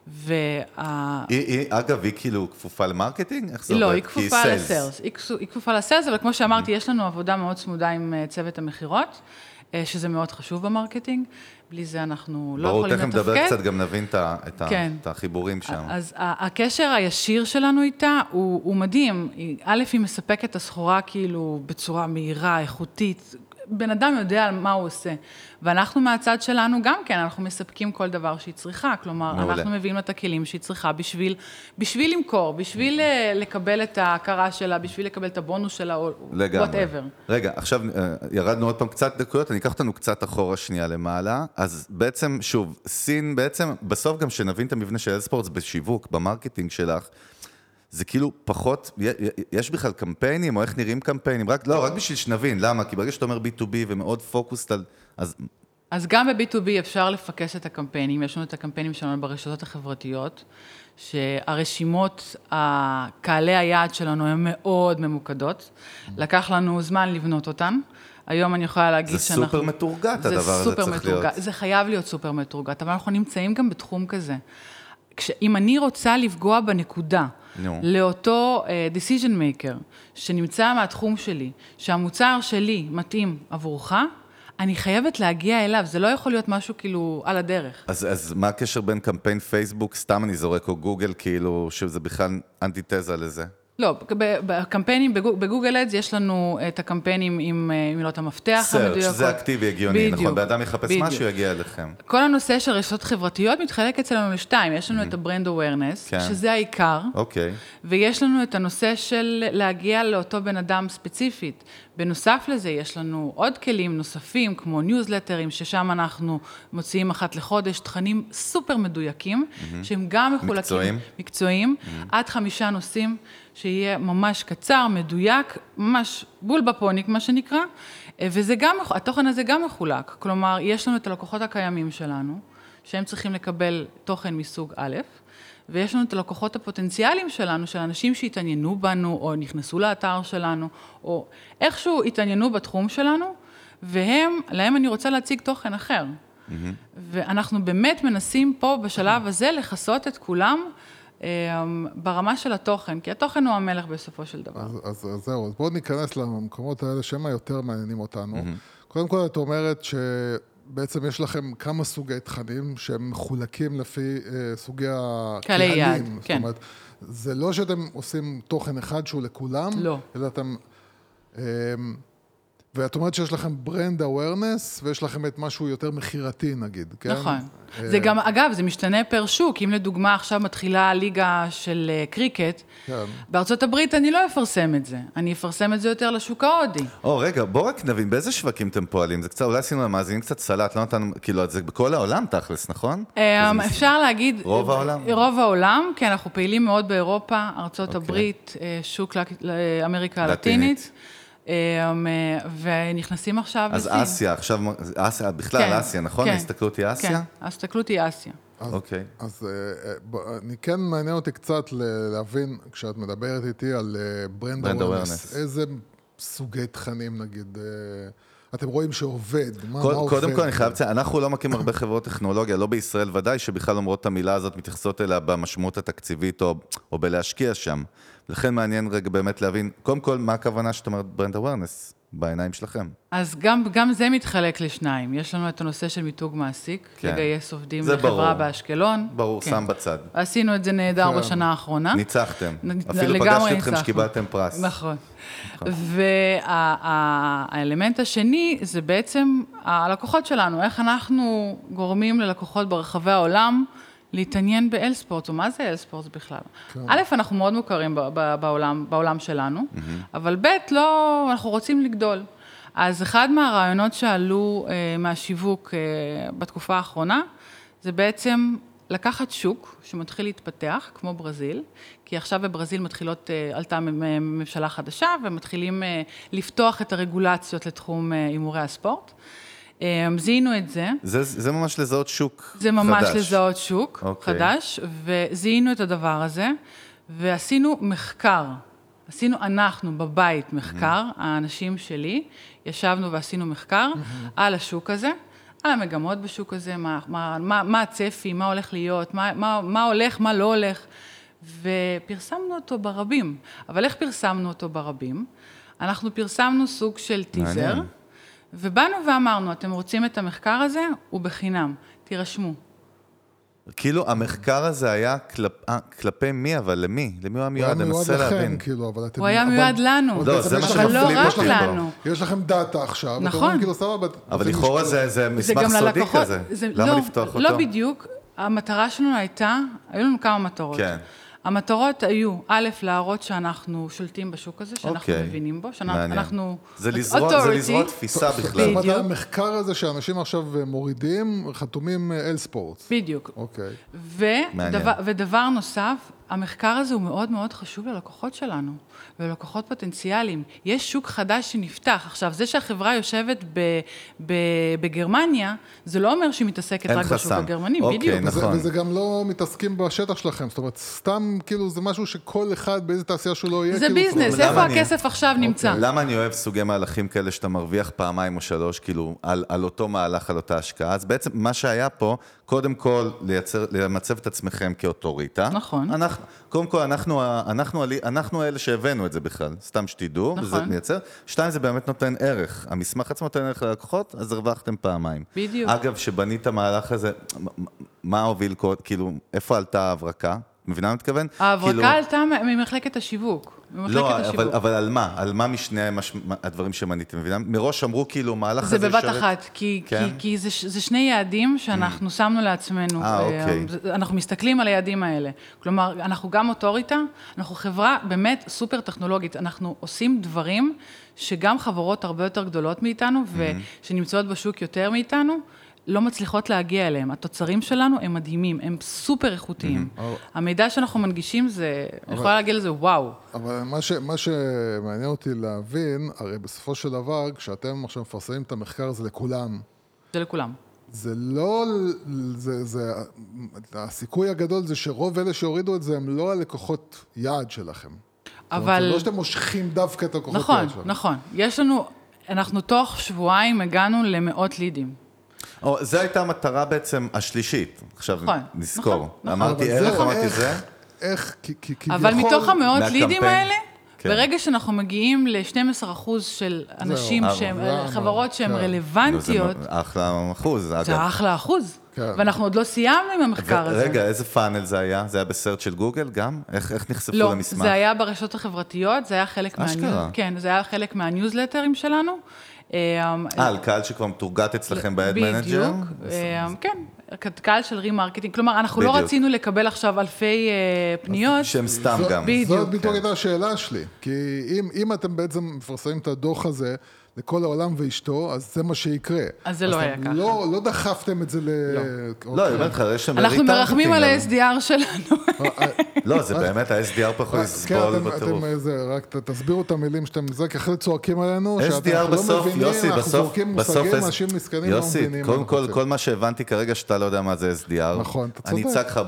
[SPEAKER 5] אגב, היא כאילו כפופה למרקטינג?
[SPEAKER 7] לא, היא כפופה לסלס. היא כפופה לסלס, אבל כמו שאמרתי, יש לנו עבודה מאוד צמודה עם צוות המחירות, שזה מאוד חשוב במרקטינג. בלי זה אנחנו לא יכולים לתפקד.
[SPEAKER 5] ברור, תכף נדבר קצת, גם נבין את החיבורים שם.
[SPEAKER 7] אז הקשר הישיר שלנו איתה הוא מדהים. א', היא מספקת את הסחורה כאילו בצורה מהירה, איכותית. בן אדם יודע על מה הוא עושה. ואנחנו מהצד שלנו גם כן, אנחנו מספקים כל דבר שהיא צריכה. כלומר, מעולה. אנחנו מביאים את הכלים שהיא צריכה בשביל למכור, בשביל לקבל את ההכרה שלה, בשביל לקבל את הבונוס שלה, או whatever.
[SPEAKER 5] רגע, עכשיו ירדנו עוד פעם קצת דקויות, אני אקח אותנו קצת אחורה שנייה למעלה, אז בעצם, שוב, סין בעצם, בסוף גם שנבין את המבנה של אלספורטס בשיווק, במרקטינג שלך, זה כאילו פחות, יש בכלל קמפיינים, או איך נראים קמפיינים, רק בשביל שנבין, למה? כי ברגע שאתה אומר B2B ומאוד פוקוסט על...
[SPEAKER 7] אז גם ב-B2B אפשר לפקס את הקמפיינים, יש לנו את הקמפיינים שלנו ברשתות החברתיות, שהרשימות, קהלי היעד שלנו הן מאוד ממוקדות, לקח לנו זמן לבנות אותן, היום אני יכולה להגיד שאנחנו...
[SPEAKER 5] זה סופר מתורגת הדבר הזה צריך להיות.
[SPEAKER 7] זה חייב להיות סופר מתורגת, אבל אנחנו נמצאים גם בתחום כזה. אם אני רוצה לפגוע בנקודה, לאותו decision maker, שנמצא מהתחום שלי, שהמוצר שלי מתאים עבורך, אני חייבת להגיע אליו, זה לא יכול להיות משהו כאילו על הדרך.
[SPEAKER 5] אז מה הקשר בין קמפיין פייסבוק, סתם אני זורק, או גוגל, כאילו, שזה בכלל אנטיתזה לזה?
[SPEAKER 7] לא, בקמפיינים, בגוגל אדס יש לנו את הקמפיינים עם מילות המפתח המדויקות.
[SPEAKER 5] שזה אקטיבי, הגיוני, נכון? באדם יחפש משהו, יגיע אליכם.
[SPEAKER 7] כל הנושא של רשתות חברתיות מתחלק אצלנו לשתיים. יש לנו את הברנד אווירנס, שזה העיקר.
[SPEAKER 5] אוקיי.
[SPEAKER 7] ויש לנו את הנושא של להגיע לאותו בן אדם ספציפית. בנוסף לזה, יש לנו עוד כלים נוספים, כמו ניוזלטרים, ששם אנחנו מוציאים אחת לחודש, תכנים סופר מדויקים, שהם גם מחולקים. מקצועיים. עד 5 נושאים. שיהיה ממש קצר, מדויק, ממש בול בפוניק, מה שנקרא, וזה גם, התוכן הזה גם מחולק. כלומר, יש לנו את הלקוחות הקיימים שלנו, שהם צריכים לקבל תוכן מסוג א', ויש לנו את הלקוחות הפוטנציאליים שלנו, של אנשים שהתעניינו בנו, או נכנסו לאתר שלנו, או איכשהו התעניינו בתחום שלנו, להם אני רוצה להציג תוכן אחר. ואנחנו באמת מנסים פה בשלב הזה לחסות את כולם, ברמה של התוכן, כי התוכן הוא המלך בסופו של דבר.
[SPEAKER 6] אז זהו, אז בואו ניכנס למקומות האלה שהם היותר מעניינים אותנו. קודם כל, את אומרת שבעצם יש לכם כמה סוגי תכנים שהם מחולקים לפי סוגי הקהלים. זאת אומרת, זה לא שאתם עושים תוכן אחד שהוא לכולם,
[SPEAKER 7] לא.
[SPEAKER 6] אלא אתם... ואת אומרת שיש לכם ברנד אווירנס, ויש לכם את משהו יותר מחירתי, נגיד, כן?
[SPEAKER 7] נכון. זה גם, אגב, זה משתנה פר שוק. אם לדוגמה עכשיו מתחילה ליגה של קריקט, בארצות הברית אני לא אפרסם את זה. אני אפרסם את זה יותר לשוק ההודי.
[SPEAKER 5] רגע, בוא רק נבין, באיזה שווקים אתם פועלים? זה קצת, אולי עשינו למאזינים קצת סלט, לא נתנו, כאילו, זה בכל העולם תכלס, נכון?
[SPEAKER 7] אפשר להגיד...
[SPEAKER 5] רוב העולם?
[SPEAKER 7] רוב העולם, כי אנחנו פעילים מאוד באירופה, ארצות הברית, שוק לאמריקה הלטינית. ונכנסים עכשיו
[SPEAKER 5] לסין. אז אסיה, עכשיו, אסיה, בכלל אסיה, נכון? ההסתכלות היא אסיה?
[SPEAKER 7] כן, ההסתכלות היא אסיה.
[SPEAKER 5] אוקיי.
[SPEAKER 6] אז אני כן מעניין אותי קצת להבין, כשאת מדברת איתי על ברנד אווירנס, איזה סוגי תכנים, נגיד, אתם רואים שעובד, מה עובד?
[SPEAKER 5] קודם כל אני חייב לציין, אנחנו לא מכירים הרבה חברות טכנולוגיה, לא בישראל ודאי, שבכלל אומרות את המילה הזאת, מתייחסות אליה במשמעות התקציבית או בלהשקיע שם. לכן מעניין רגע באמת להבין, קודם כל, מה הכוונה שאת אומרת ברנד אווירנס בעיניים שלכם?
[SPEAKER 7] אז גם זה מתחלק לשניים. יש לנו את הנושא של מיתוג מעסיק, לגייס עובדים לחברה באשקלון.
[SPEAKER 5] ברור, שם בצד.
[SPEAKER 7] עשינו את זה נהדר בשנה האחרונה.
[SPEAKER 5] ניצחתם. אפילו פגשתי אתכם שקיבלתם פרס.
[SPEAKER 7] נכון. והאלמנט השני זה בעצם הלקוחות שלנו, איך אנחנו גורמים ללקוחות ברחבי העולם, להתעניין באלספורט, או מה זה אלספורט בכלל? א', אנחנו מאוד מוכרים בעולם שלנו, אבל ב', לא, אנחנו רוצים לגדול. אז אחד מהרעיונות שעלו מהשיווק בתקופה האחרונה, זה בעצם לקחת שוק שמתחיל להתפתח, כמו ברזיל, כי עכשיו בברזיל עלתה ממשלה חדשה, ומתחילים לפתוח את הרגולציות לתחום הימורי הספורט. זיהינו את זה.
[SPEAKER 5] זה ממש לזהות שוק חדש.
[SPEAKER 7] זה ממש לזהות שוק חדש, וזיהינו את הדבר הזה, ועשינו מחקר. עשינו אנחנו בבית מחקר, האנשים שלי, ישבנו ועשינו מחקר על השוק הזה, על המגמות בשוק הזה, מה הצפי, מה הולך להיות, מה הולך, מה לא הולך, ופרסמנו אותו ברבים. אבל איך פרסמנו אותו ברבים? אנחנו פרסמנו סוג של טיזר, ובאנו ואמרנו, אתם רוצים את המחקר הזה? הוא בחינם, תירשמו.
[SPEAKER 5] כאילו, המחקר הזה היה כלפי מי, אבל למי? למי הוא היה מיועד? אני מנסה להבין.
[SPEAKER 7] הוא היה מיועד לנו,
[SPEAKER 5] לא, זה מה
[SPEAKER 7] אבל לא
[SPEAKER 5] שמפליג
[SPEAKER 7] רק
[SPEAKER 5] אותי
[SPEAKER 7] לנו.
[SPEAKER 6] יש לכם דאטה עכשיו,
[SPEAKER 7] נכון.
[SPEAKER 5] אבל לכאורה זה מסמך סודי כזה. למה לפתוח אותו?
[SPEAKER 7] לא בדיוק. המטרה שלנו הייתה, היו לנו כמה מטרות.
[SPEAKER 5] כן.
[SPEAKER 7] המטרות היו, א', להראות שאנחנו שולטים בשוק הזה, שאנחנו מבינים בו, שאנחנו...
[SPEAKER 5] זה לזרוע תפיסה בכלל.
[SPEAKER 6] זאת אומרת, המחקר הזה שאנשים עכשיו מורידים, חתומים אל ספורט.
[SPEAKER 7] בדיוק.
[SPEAKER 6] אוקיי.
[SPEAKER 7] ודבר נוסף, המחקר הזה הוא מאוד מאוד חשוב ללקוחות שלנו, וללקוחות פוטנציאליים. יש שוק חדש שנפתח. עכשיו, זה שהחברה יושבת בגרמניה, זה לא אומר שהיא מתעסקת רק בשוק הגרמני, בדיוק.
[SPEAKER 5] נכון.
[SPEAKER 6] וזה גם לא מתעסקים בשטח שלכם, זאת אומרת, סתם כאילו זה משהו שכל אחד באיזה תעשייה שהוא לא יהיה.
[SPEAKER 7] זה ביזנס, איפה הכסף עכשיו נמצא?
[SPEAKER 5] למה אני אוהב סוגי מהלכים כאלה שאתה מרוויח פעמיים או שלוש, כאילו, על אותו מהלך, על אותה השקעה? אז בעצם מה שהיה פה, קודם כל, למצב את עצמכם כאוטוריטה.
[SPEAKER 7] נכון.
[SPEAKER 5] קודם כל, אנחנו אלה שהבאנו את זה בכלל, סתם שתדעו, וזה מייצר. 2, זה באמת נותן ערך. המסמך עצמו נותן ערך ללקוחות, אז הרווחתם פעמיים.
[SPEAKER 7] בדיוק.
[SPEAKER 5] אגב, שבנית המהלך הזה, מה הוביל, כאילו, איפה עלתה ההברקה? מבינה מה מתכוון?
[SPEAKER 7] ההברקה עלתה ממחלקת השיווק.
[SPEAKER 5] לא, אבל על מה? על מה משני הדברים שמניתם? מבינה? מראש אמרו כאילו, מהלך הזה
[SPEAKER 7] זה בבת אחת, כי זה שני יעדים שאנחנו שמנו לעצמנו.
[SPEAKER 5] אוקיי.
[SPEAKER 7] אנחנו מסתכלים על היעדים האלה. כלומר, אנחנו גם אוטוריטה, אנחנו חברה באמת סופר טכנולוגית. אנחנו עושים דברים שגם חברות הרבה יותר גדולות מאיתנו, ושנמצאות בשוק יותר מאיתנו, לא מצליחות להגיע אליהם. התוצרים שלנו הם מדהימים, הם סופר איכותיים. המידע שאנחנו מנגישים זה, אני יכולה להגיד לזה, וואו.
[SPEAKER 6] אבל מה שמעניין אותי להבין, הרי בסופו של דבר, כשאתם עכשיו מפרסמים את המחקר הזה לכולם.
[SPEAKER 7] זה לכולם.
[SPEAKER 6] זה לא, הסיכוי הגדול זה שרוב אלה שהורידו את זה, הם לא הלקוחות יעד שלכם.
[SPEAKER 7] אבל...
[SPEAKER 6] זה לא שאתם מושכים דווקא את הלקוחות יעד שלכם.
[SPEAKER 7] נכון. יש לנו, אנחנו תוך שבועיים הגענו למאות לידים.
[SPEAKER 5] זו הייתה המטרה בעצם השלישית, עכשיו נזכור. אמרתי ערך, אמרתי זה.
[SPEAKER 6] איך,
[SPEAKER 7] אבל מתוך המאות לידים האלה, ברגע שאנחנו מגיעים ל-12% של אנשים, חברות שהן רלוונטיות,
[SPEAKER 5] זה אחלה אחוז, אגב.
[SPEAKER 7] זה אחלה אחוז. ואנחנו עוד לא סיימנו עם המחקר הזה.
[SPEAKER 5] רגע, איזה פאנל זה היה? זה היה בסרט של גוגל גם? איך נחשפו למסמך?
[SPEAKER 7] לא, זה היה ברשתות החברתיות, זה היה חלק כן, זה היה חלק מהניוזלטרים שלנו.
[SPEAKER 5] על קהל שכבר מתורגת אצלכם ב-Ad Manager?
[SPEAKER 7] בדיוק, כן, קהל של רימרקטינג, כלומר, אנחנו לא רצינו לקבל עכשיו אלפי פניות.
[SPEAKER 5] שהם סתם גם.
[SPEAKER 6] זאת בדיוק הייתה השאלה שלי, כי אם אתם בעצם מפרסמים את הדוח הזה, לכל העולם ואשתו, אז זה מה שיקרה.
[SPEAKER 7] אז זה לא היה ככה.
[SPEAKER 6] לא דחפתם את זה
[SPEAKER 5] לא, אני אומר לך, יש שם...
[SPEAKER 7] אנחנו מרחמים על ה-SDR שלנו.
[SPEAKER 5] לא, זה באמת, ה-SDR פה יכול לסבול בטירוף.
[SPEAKER 6] רק תסבירו את המילים שאתם זה, כי אחרי צועקים עלינו,
[SPEAKER 5] SDR בסוף, יוסי, בסוף,
[SPEAKER 6] יוסי,
[SPEAKER 5] קודם כל מה שהבנתי כרגע, שאתה לא יודע מה זה SDR.
[SPEAKER 6] נכון, אתה צודק.
[SPEAKER 5] אני אצג לך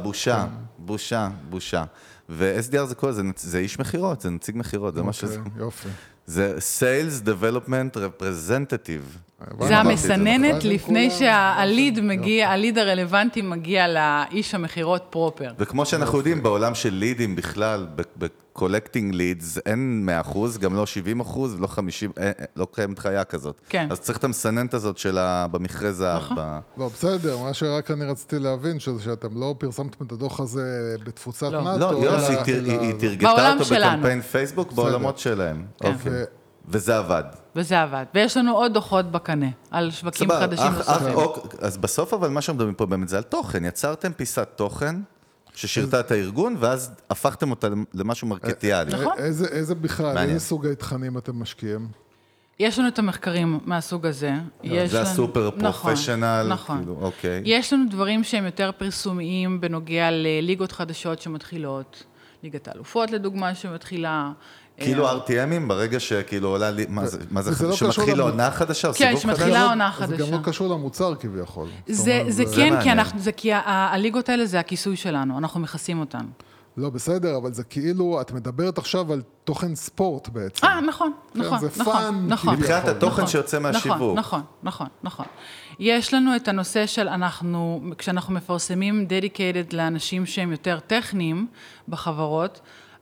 [SPEAKER 5] בושה. ו-SDR זה איש מחירות, זה נציג מחירות, זה מה שזה...
[SPEAKER 6] יופי.
[SPEAKER 5] זה Sales Development Representative.
[SPEAKER 7] זה המסננת לפני שהליד מגיע, הליד הרלוונטי מגיע לאיש המחירות פרופר.
[SPEAKER 5] וכמו שאנחנו יודעים, בעולם של לידים בכלל, ב-collecting leads, אין 100%, גם לא 70%, לא 50%, לא קיימת חיה כזאת.
[SPEAKER 7] כן.
[SPEAKER 5] אז צריך את המסננת הזאת שלה במכרה זהב.
[SPEAKER 6] לא, בסדר, מה שרק אני רציתי להבין, שאתם לא פרסמתם את הדוח הזה בתפוצת נאטו.
[SPEAKER 5] לא, יוסי, היא תרגתה אותו בקמפיין פייסבוק בעולמות שלהם. וזה עבד.
[SPEAKER 7] וזה עבד. ויש לנו עוד דוחות בקנה, על שווקים חדשים נוספים.
[SPEAKER 5] אז בסוף, אבל מה שמדברים פה באמת זה על תוכן. יצרתם פיסת תוכן ששירתה את הארגון, ואז הפכתם אותה למשהו מרקטיאלי.
[SPEAKER 7] נכון.
[SPEAKER 6] איזה בכלל, איזה סוגי תכנים אתם משקיעים?
[SPEAKER 7] יש לנו את המחקרים מהסוג הזה.
[SPEAKER 5] זה הסופר פרופשנל.
[SPEAKER 7] נכון. יש לנו דברים שהם יותר פרסומיים בנוגע לליגות חדשות שמתחילות, ליגת האלופות לדוגמה שמתחילה,
[SPEAKER 5] כאילו RTMים ברגע שכאילו עולה, מה זה שמתחיל עונה חדשה?
[SPEAKER 7] כן, שמתחילה עונה חדשה.
[SPEAKER 6] זה גם לא קשור למוצר כביכול.
[SPEAKER 7] זה כן, כי הליגות האלה זה הכיסוי שלנו, אנחנו מכסים אותן.
[SPEAKER 6] לא, בסדר, אבל זה כאילו, את מדברת עכשיו על תוכן ספורט בעצם.
[SPEAKER 7] נכון.
[SPEAKER 6] זה פאן.
[SPEAKER 5] מבחינת התוכן שיוצא מהשיווק.
[SPEAKER 7] נכון. יש לנו את הנושא של כשאנחנו מפרסמים dedicated לאנשים שהם יותר טכניים בחברות,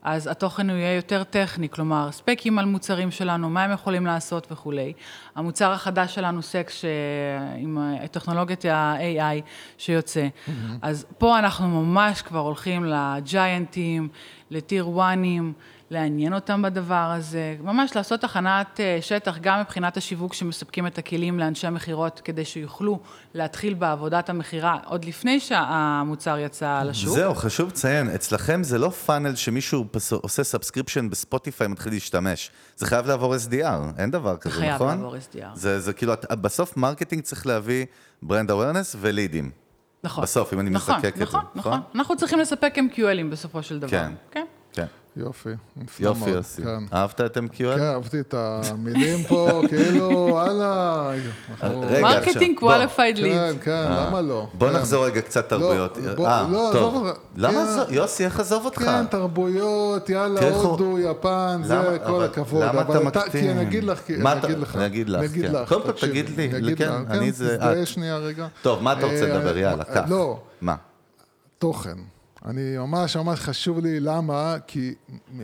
[SPEAKER 7] אז התוכן הוא יהיה יותר טכני, כלומר, ספקים על מוצרים שלנו, מה הם יכולים לעשות וכולי. המוצר החדש שלנו, סקס, עם טכנולוגיית ה-AI שיוצא. אז פה אנחנו ממש כבר הולכים לג'יינטים, לטיר וואנים, לעניין אותם בדבר הזה, ממש לעשות תחנת שטח, גם מבחינת השיווק שמספקים את הכלים לאנשי המחירות, כדי שיוכלו להתחיל בעבודת המחירה, עוד לפני שהמוצר יצא לשוק.
[SPEAKER 5] זהו, חשוב לציין, אצלכם זה לא פאנל שמישהו עושה סאבסקריפשן בספוטיפיי מתחיל להשתמש. זה חייב לעבור SDR, אין דבר כזה, נכון?
[SPEAKER 7] חייב לעבור SDR.
[SPEAKER 5] זה כאילו, בסוף מרקטינג צריך להביא ברנד אווירנס ולידים.
[SPEAKER 7] נכון.
[SPEAKER 5] בסוף, אם אני מסקק את זה.
[SPEAKER 7] נכון. אנחנו צריכים לספק MQLים בסופו של דבר.
[SPEAKER 5] כן.
[SPEAKER 6] יופי.
[SPEAKER 5] יופי, יוסי. אהבת את MQL?
[SPEAKER 6] כן, אהבתי את המילים פה, כאילו, וואלה.
[SPEAKER 7] מרקטינג qualified leads.
[SPEAKER 6] כן, למה לא?
[SPEAKER 5] בוא נחזור רגע קצת תרבויות. טוב. למה יוסי, איך עזוב אותך?
[SPEAKER 6] כן, תרבויות, יאללה, הודו, יפן, זה כל הכבוד.
[SPEAKER 5] למה אתה מקטין?
[SPEAKER 6] כי אני אגיד לך.
[SPEAKER 5] אני אגיד לך. קודם כל תגיד לי. כן,
[SPEAKER 6] זה שנייה רגע.
[SPEAKER 5] טוב, מה אתה רוצה לדבר? יאללה, קח.
[SPEAKER 6] לא.
[SPEAKER 5] מה?
[SPEAKER 6] תוכן. אני ממש חשוב לי, למה? כי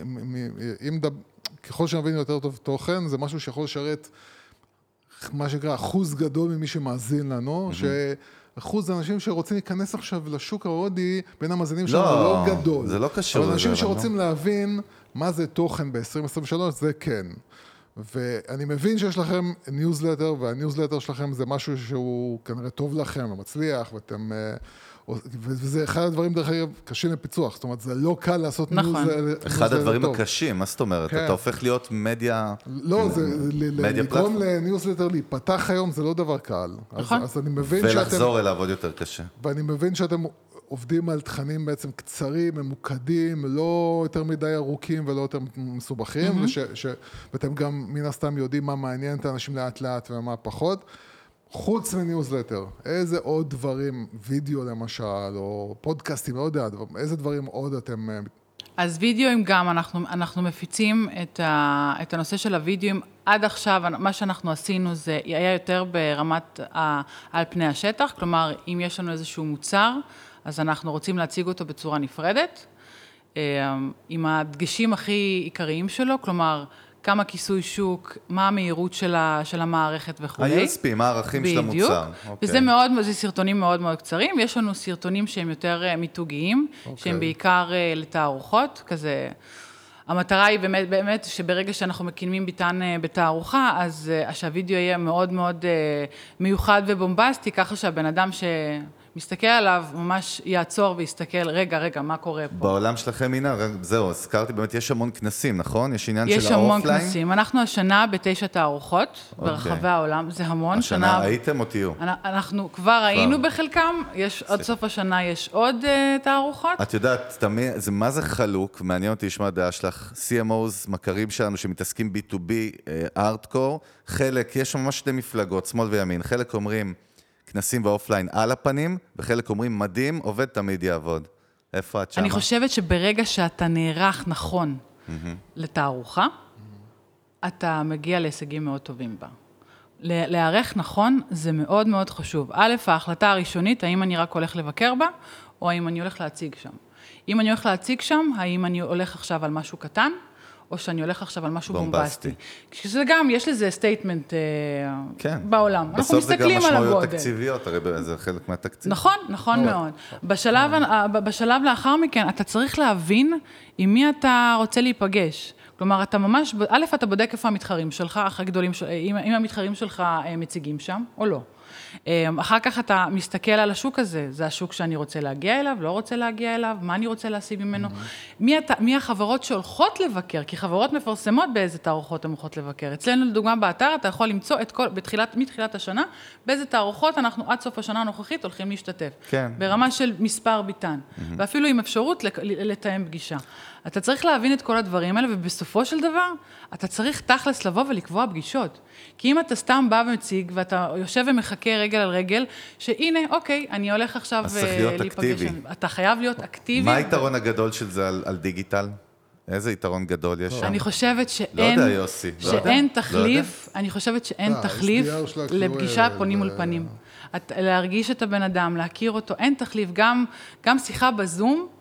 [SPEAKER 6] ככל שנבין יותר טוב תוכן, זה משהו שיכול לשרת, מה שנקרא, אחוז גדול ממי שמאזין לנו, שאחוז האנשים שרוצים להיכנס עכשיו לשוק ההודי, בין המאזינים שלנו לא גדול.
[SPEAKER 5] זה לא קשור.
[SPEAKER 6] אבל אנשים שרוצים להבין מה זה תוכן ב-2023, זה כן. ואני מבין שיש לכם ניוזלטר, והניוזלטר שלכם זה משהו שהוא כנראה טוב לכם, ומצליח, ואתם... וזה אחד הדברים, דרך אגב, קשים לפיצוח. זאת אומרת, זה לא קל לעשות ניוזלטר.
[SPEAKER 5] אחד הדברים הקשים, מה זאת אומרת? אתה הופך להיות מדיה...
[SPEAKER 6] לא, לגרום לניוזלטר להיפתח היום, זה לא דבר קל. אז אני מבין שאתם...
[SPEAKER 5] ולחזור אליו עוד יותר קשה.
[SPEAKER 6] ואני מבין שאתם עובדים על תכנים בעצם קצרים, ממוקדים, לא יותר מדי ארוכים ולא יותר מסובכים, ואתם גם מן הסתם יודעים מה מעניין את האנשים לאט לאט ומה פחות. חוץ מניוזלטר, איזה עוד דברים, וידאו למשל, או פודקאסטים, לא יודע, איזה דברים עוד אתם...
[SPEAKER 7] אז וידאוים גם, אנחנו מפיצים את הנושא של הוידאוים. עד עכשיו, מה שאנחנו עשינו זה היה יותר ברמת על פני השטח, כלומר, אם יש לנו איזשהו מוצר, אז אנחנו רוצים להציג אותו בצורה נפרדת, עם הדגשים הכי עיקריים שלו, כלומר, כמה כיסוי שוק, מה המהירות של המערכת וכו'.
[SPEAKER 5] ה-USP, מה הערכים של המוצר.
[SPEAKER 7] וזה זה סרטונים מאוד מאוד קצרים. יש לנו סרטונים שהם יותר מיתוגיים, שהם בעיקר לתערוכות, כזה. המטרה היא באמת שברגע שאנחנו מקימים ביטן בתערוכה, אז שהווידאו יהיה מאוד מאוד מיוחד ובומבסטי, ככה שהבן אדם מסתכל עליו, ממש יעצור ויסתכל, רגע, מה קורה פה?
[SPEAKER 5] בעולם שלכם, הנה, זהו, הזכרתי, באמת יש המון כנסים, נכון? יש עניין של
[SPEAKER 7] האופליין? יש המון כנסים. אנחנו השנה ב9 תערוכות ברחבי העולם, זה המון.
[SPEAKER 5] השנה הייתם או תהיו?
[SPEAKER 7] אנחנו כבר היינו בחלקם, עד סוף השנה יש עוד תערוכות.
[SPEAKER 5] את יודעת, מה זה חלוק? מעניין אותי לשמוע דעה שלך, CMOs, מכרים שלנו שמתעסקים B2B, הארדקור, חלק, יש ממש שתי מפלגות, שמאל וימין, חלק אומרים, כנסים ואופליין על הפנים, וחלק אומרים, מדהים, עובד תמיד יעבוד. איפה את שמה?
[SPEAKER 7] אני חושבת שברגע שאתה נערך נכון לתערוכה, אתה מגיע להישגים מאוד טובים בה. להערך נכון זה מאוד מאוד חשוב. א', ההחלטה הראשונית, האם אני רק הולך לבקר בה, או האם אני הולך להציג שם. אם אני הולך להציג שם, האם אני הולך עכשיו על משהו קטן, או שאני הולך עכשיו על משהו בומבסטי. כשזה גם, יש לזה סטייטמנט בעולם. אנחנו מסתכלים על הגודל. בסוף זה גם משמעויות
[SPEAKER 5] תקציביות, הרי זה חלק מהתקציב.
[SPEAKER 7] נכון מאוד. בשלב לאחר מכן, אתה צריך להבין עם מי אתה רוצה להיפגש. כלומר, אתה ממש, א', אתה בודק איפה המתחרים שלך, אם המתחרים שלך מציגים שם, או לא. אחר כך אתה מסתכל על השוק הזה, זה השוק שאני רוצה להגיע אליו, לא רוצה להגיע אליו, מה אני רוצה להשיג ממנו, מי החברות שהולכות לבקר, כי חברות מפרסמות באיזה תערוכות הן הולכות לבקר. אצלנו לדוגמה באתר, אתה יכול למצוא מתחילת השנה, באיזה תערוכות אנחנו עד סוף השנה הנוכחית הולכים להשתתף.
[SPEAKER 5] כן.
[SPEAKER 7] ברמה של מספר ביטן, ואפילו עם אפשרות לתאם פגישה. אתה צריך להבין את כל הדברים האלה, ובסופו של דבר, אתה צריך תכלס לבוא ולקבוע פגישות. כי אם אתה סתם בא ומציג, ואתה יושב ומחכה רגל על רגל, שהנה, אוקיי, אני הולך עכשיו להיפגש. אתה חייב להיות אקטיבי.
[SPEAKER 5] מה היתרון הגדול של זה על דיגיטל? איזה יתרון גדול יש שם?
[SPEAKER 7] אני חושבת שאין...
[SPEAKER 5] לא יודע, יוסי.
[SPEAKER 7] שאין תחליף, אני חושבת שאין תחליף לפגישה פונים מול פנים. להרגיש את הבן אדם, להכיר אותו, אין תחליף, גם שיחה בזום,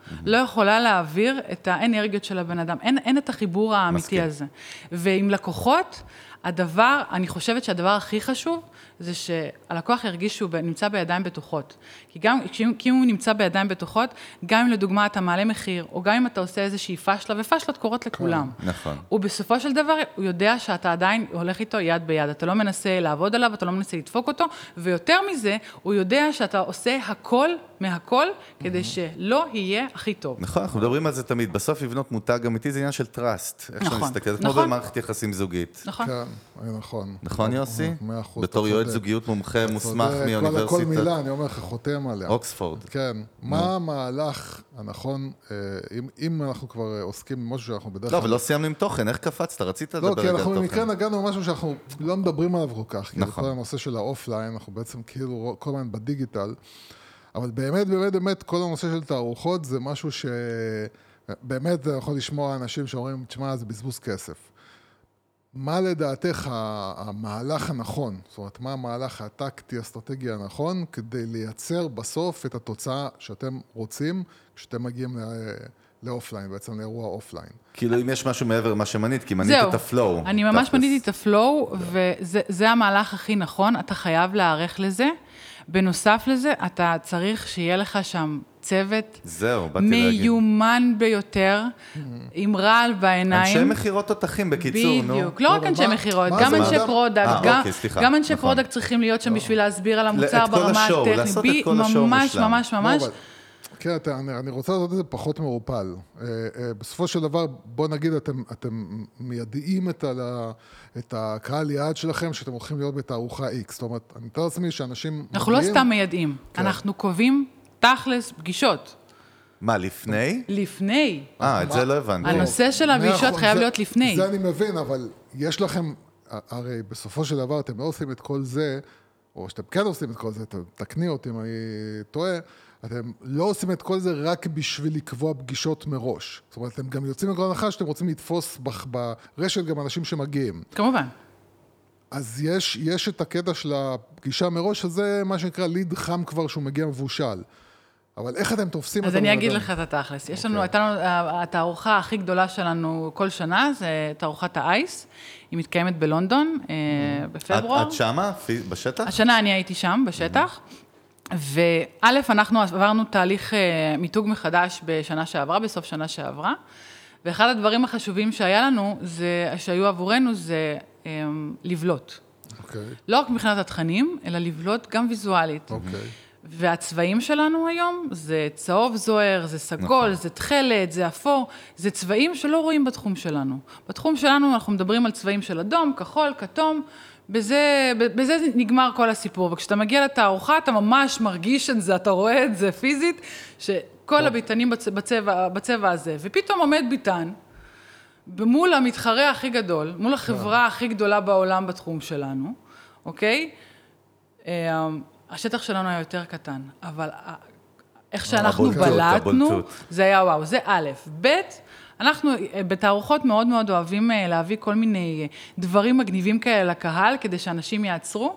[SPEAKER 7] לא יכולה להעביר את האנרגיות של הבן אדם. אין את החיבור האמיתי הזה. ועם לקוחות, אני חושבת שהדבר הכי חשוב, זה שהלקוח ירגיש שהוא נמצא בידיים בטוחות. כי אם הוא נמצא בידיים בטוחות, גם אם לדוגמה אתה מעלה מחיר, או גם אם אתה עושה איזושהי פשלה, ופשלות קורות לכולם.
[SPEAKER 5] נכון.
[SPEAKER 7] ובסופו של דבר, הוא יודע שאתה עדיין הולך איתו יד ביד. אתה לא מנסה לעבוד עליו, אתה לא מנסה לדפוק אותו, ויותר מזה, הוא יודע שאתה עושה הכל מהכל, כדי שלא יהיה הכי טוב.
[SPEAKER 5] נכון, אנחנו מדברים על זה תמיד. בסוף לבנות מותג אמיתי זה עניין של טראסט. איך שאני מסתכל, זה כמו במערכת יחסים זוגית.
[SPEAKER 7] נכון.
[SPEAKER 6] כן, נכון.
[SPEAKER 5] נכון, יוסי?
[SPEAKER 6] 100%.
[SPEAKER 5] בתור יועץ זוגיות מומחה מוסמך מאוניברסיטת...
[SPEAKER 6] כל מילה, אני אומר לך, חותם עליה.
[SPEAKER 5] אוקספורד.
[SPEAKER 6] כן. מה המהלך הנכון, אם אנחנו כבר עוסקים במשהו שאנחנו בדרך כלל...
[SPEAKER 5] לא, אבל לא סיימנו עם תוכן, איך קפצת? רצית לדבר רגע על תוכן.
[SPEAKER 6] לא, כי אנחנו במקרה נגענו במשהו שאנחנו לא מדברים עליו כל כך.
[SPEAKER 5] נכון.
[SPEAKER 6] כל הנושא של האופליין, אנחנו בעצם כאילו כל הזמן בדיגיטל. אבל באמת, כל הנושא של תערוכות זה משהו שבאמת יכול לשמוע אנשים שאומרים, תשמע, זה בזבוז כסף. מה לדעתך המהלך הנכון? זאת אומרת, מה המהלך הטקטי, האסטרטגי הנכון, כדי לייצר בסוף את התוצאה שאתם רוצים, כשאתם מגיעים לאופליין, בעצם לאירוע אופליין.
[SPEAKER 5] כאילו, אם יש משהו מעבר למה שמנית, כי מנית את הפלואו.
[SPEAKER 7] אני ממש מניתי את הפלואו, וזה המהלך הכי נכון, אתה חייב להערך לזה. בנוסף לזה, אתה צריך שיהיה לך שם צוות מיומן ביותר, עם רעל בעיניים.
[SPEAKER 5] אנשי מחירות תותחים, בקיצור, נו.
[SPEAKER 7] בדיוק, לא רק אנשי מחירות, גם אנשי פרודקט, גם אנשי פרודקט צריכים להיות שם בשביל להסביר על המוצר ברמה הטכנית.
[SPEAKER 5] לעשות את כל השואו מושלם.
[SPEAKER 7] ממש.
[SPEAKER 6] כן, אני רוצה לעשות את זה פחות מעורפל. בסופו של דבר, בוא נגיד, אתם מיידעים את הקהל יעד שלכם, שאתם הולכים להיות בתערוכה X. זאת אומרת, אני מתאר לעצמי שאנשים...
[SPEAKER 7] אנחנו לא סתם מיידעים, אנחנו קובעים תכלס פגישות.
[SPEAKER 5] מה, לפני?
[SPEAKER 7] לפני.
[SPEAKER 5] את זה לא הבנתי.
[SPEAKER 7] הנושא של הפגישות חייב להיות לפני.
[SPEAKER 6] זה אני מבין, אבל יש לכם, הרי בסופו של דבר אתם לא עושים את כל זה, או שאתם כן עושים את כל זה, תקני אותי אם אני טועה, אתם לא עושים את כל זה רק בשביל לקבוע פגישות מראש. זאת אומרת, אתם גם יוצאים מכל הנחה שאתם רוצים לתפוס ברשת גם אנשים שמגיעים.
[SPEAKER 7] כמובן.
[SPEAKER 6] אז יש את הקטע של הפגישה מראש, שזה מה שנקרא ליד חם כבר שהוא מגיע מבושל. אבל איך אתם תופסים את
[SPEAKER 7] אז אני אגיד לך את התכלס. הייתה לנו התערוכה הכי גדולה שלנו כל שנה, זה תערוכת האייס. היא מתקיימת בלונדון, בפברואר.
[SPEAKER 5] את שמה? בשטח?
[SPEAKER 7] השנה אני הייתי שם, בשטח. וא', אנחנו עברנו תהליך מיתוג מחדש בשנה שעברה, בסוף שנה שעברה. ואחד הדברים החשובים שהיה לנו, שהיו עבורנו, זה לבלוט. לא רק מבחינת התכנים, אלא לבלוט גם ויזואלית. והצבעים שלנו היום, זה צהוב זוהר, זה סגול, זה תכלת, זה אפור, זה צבעים שלא רואים בתחום שלנו. בתחום שלנו אנחנו מדברים על צבעים של אדום, כחול, כתום, בזה נגמר כל הסיפור. וכשאתה מגיע לתערוכה, אתה ממש מרגיש את זה, אתה רואה את זה פיזית, שכל הביטנים בצבע הזה. ופתאום עומד ביטן, מול המתחרה הכי גדול, מול החברה הכי גדולה בעולם בתחום שלנו, אוקיי? השטח שלנו היה יותר קטן, אבל איך שאנחנו בלטנו, זה היה וואו, זה א', ב', אנחנו בתערוכות מאוד מאוד אוהבים להביא כל מיני דברים מגניבים כאלה לקהל, כדי שאנשים יעצרו,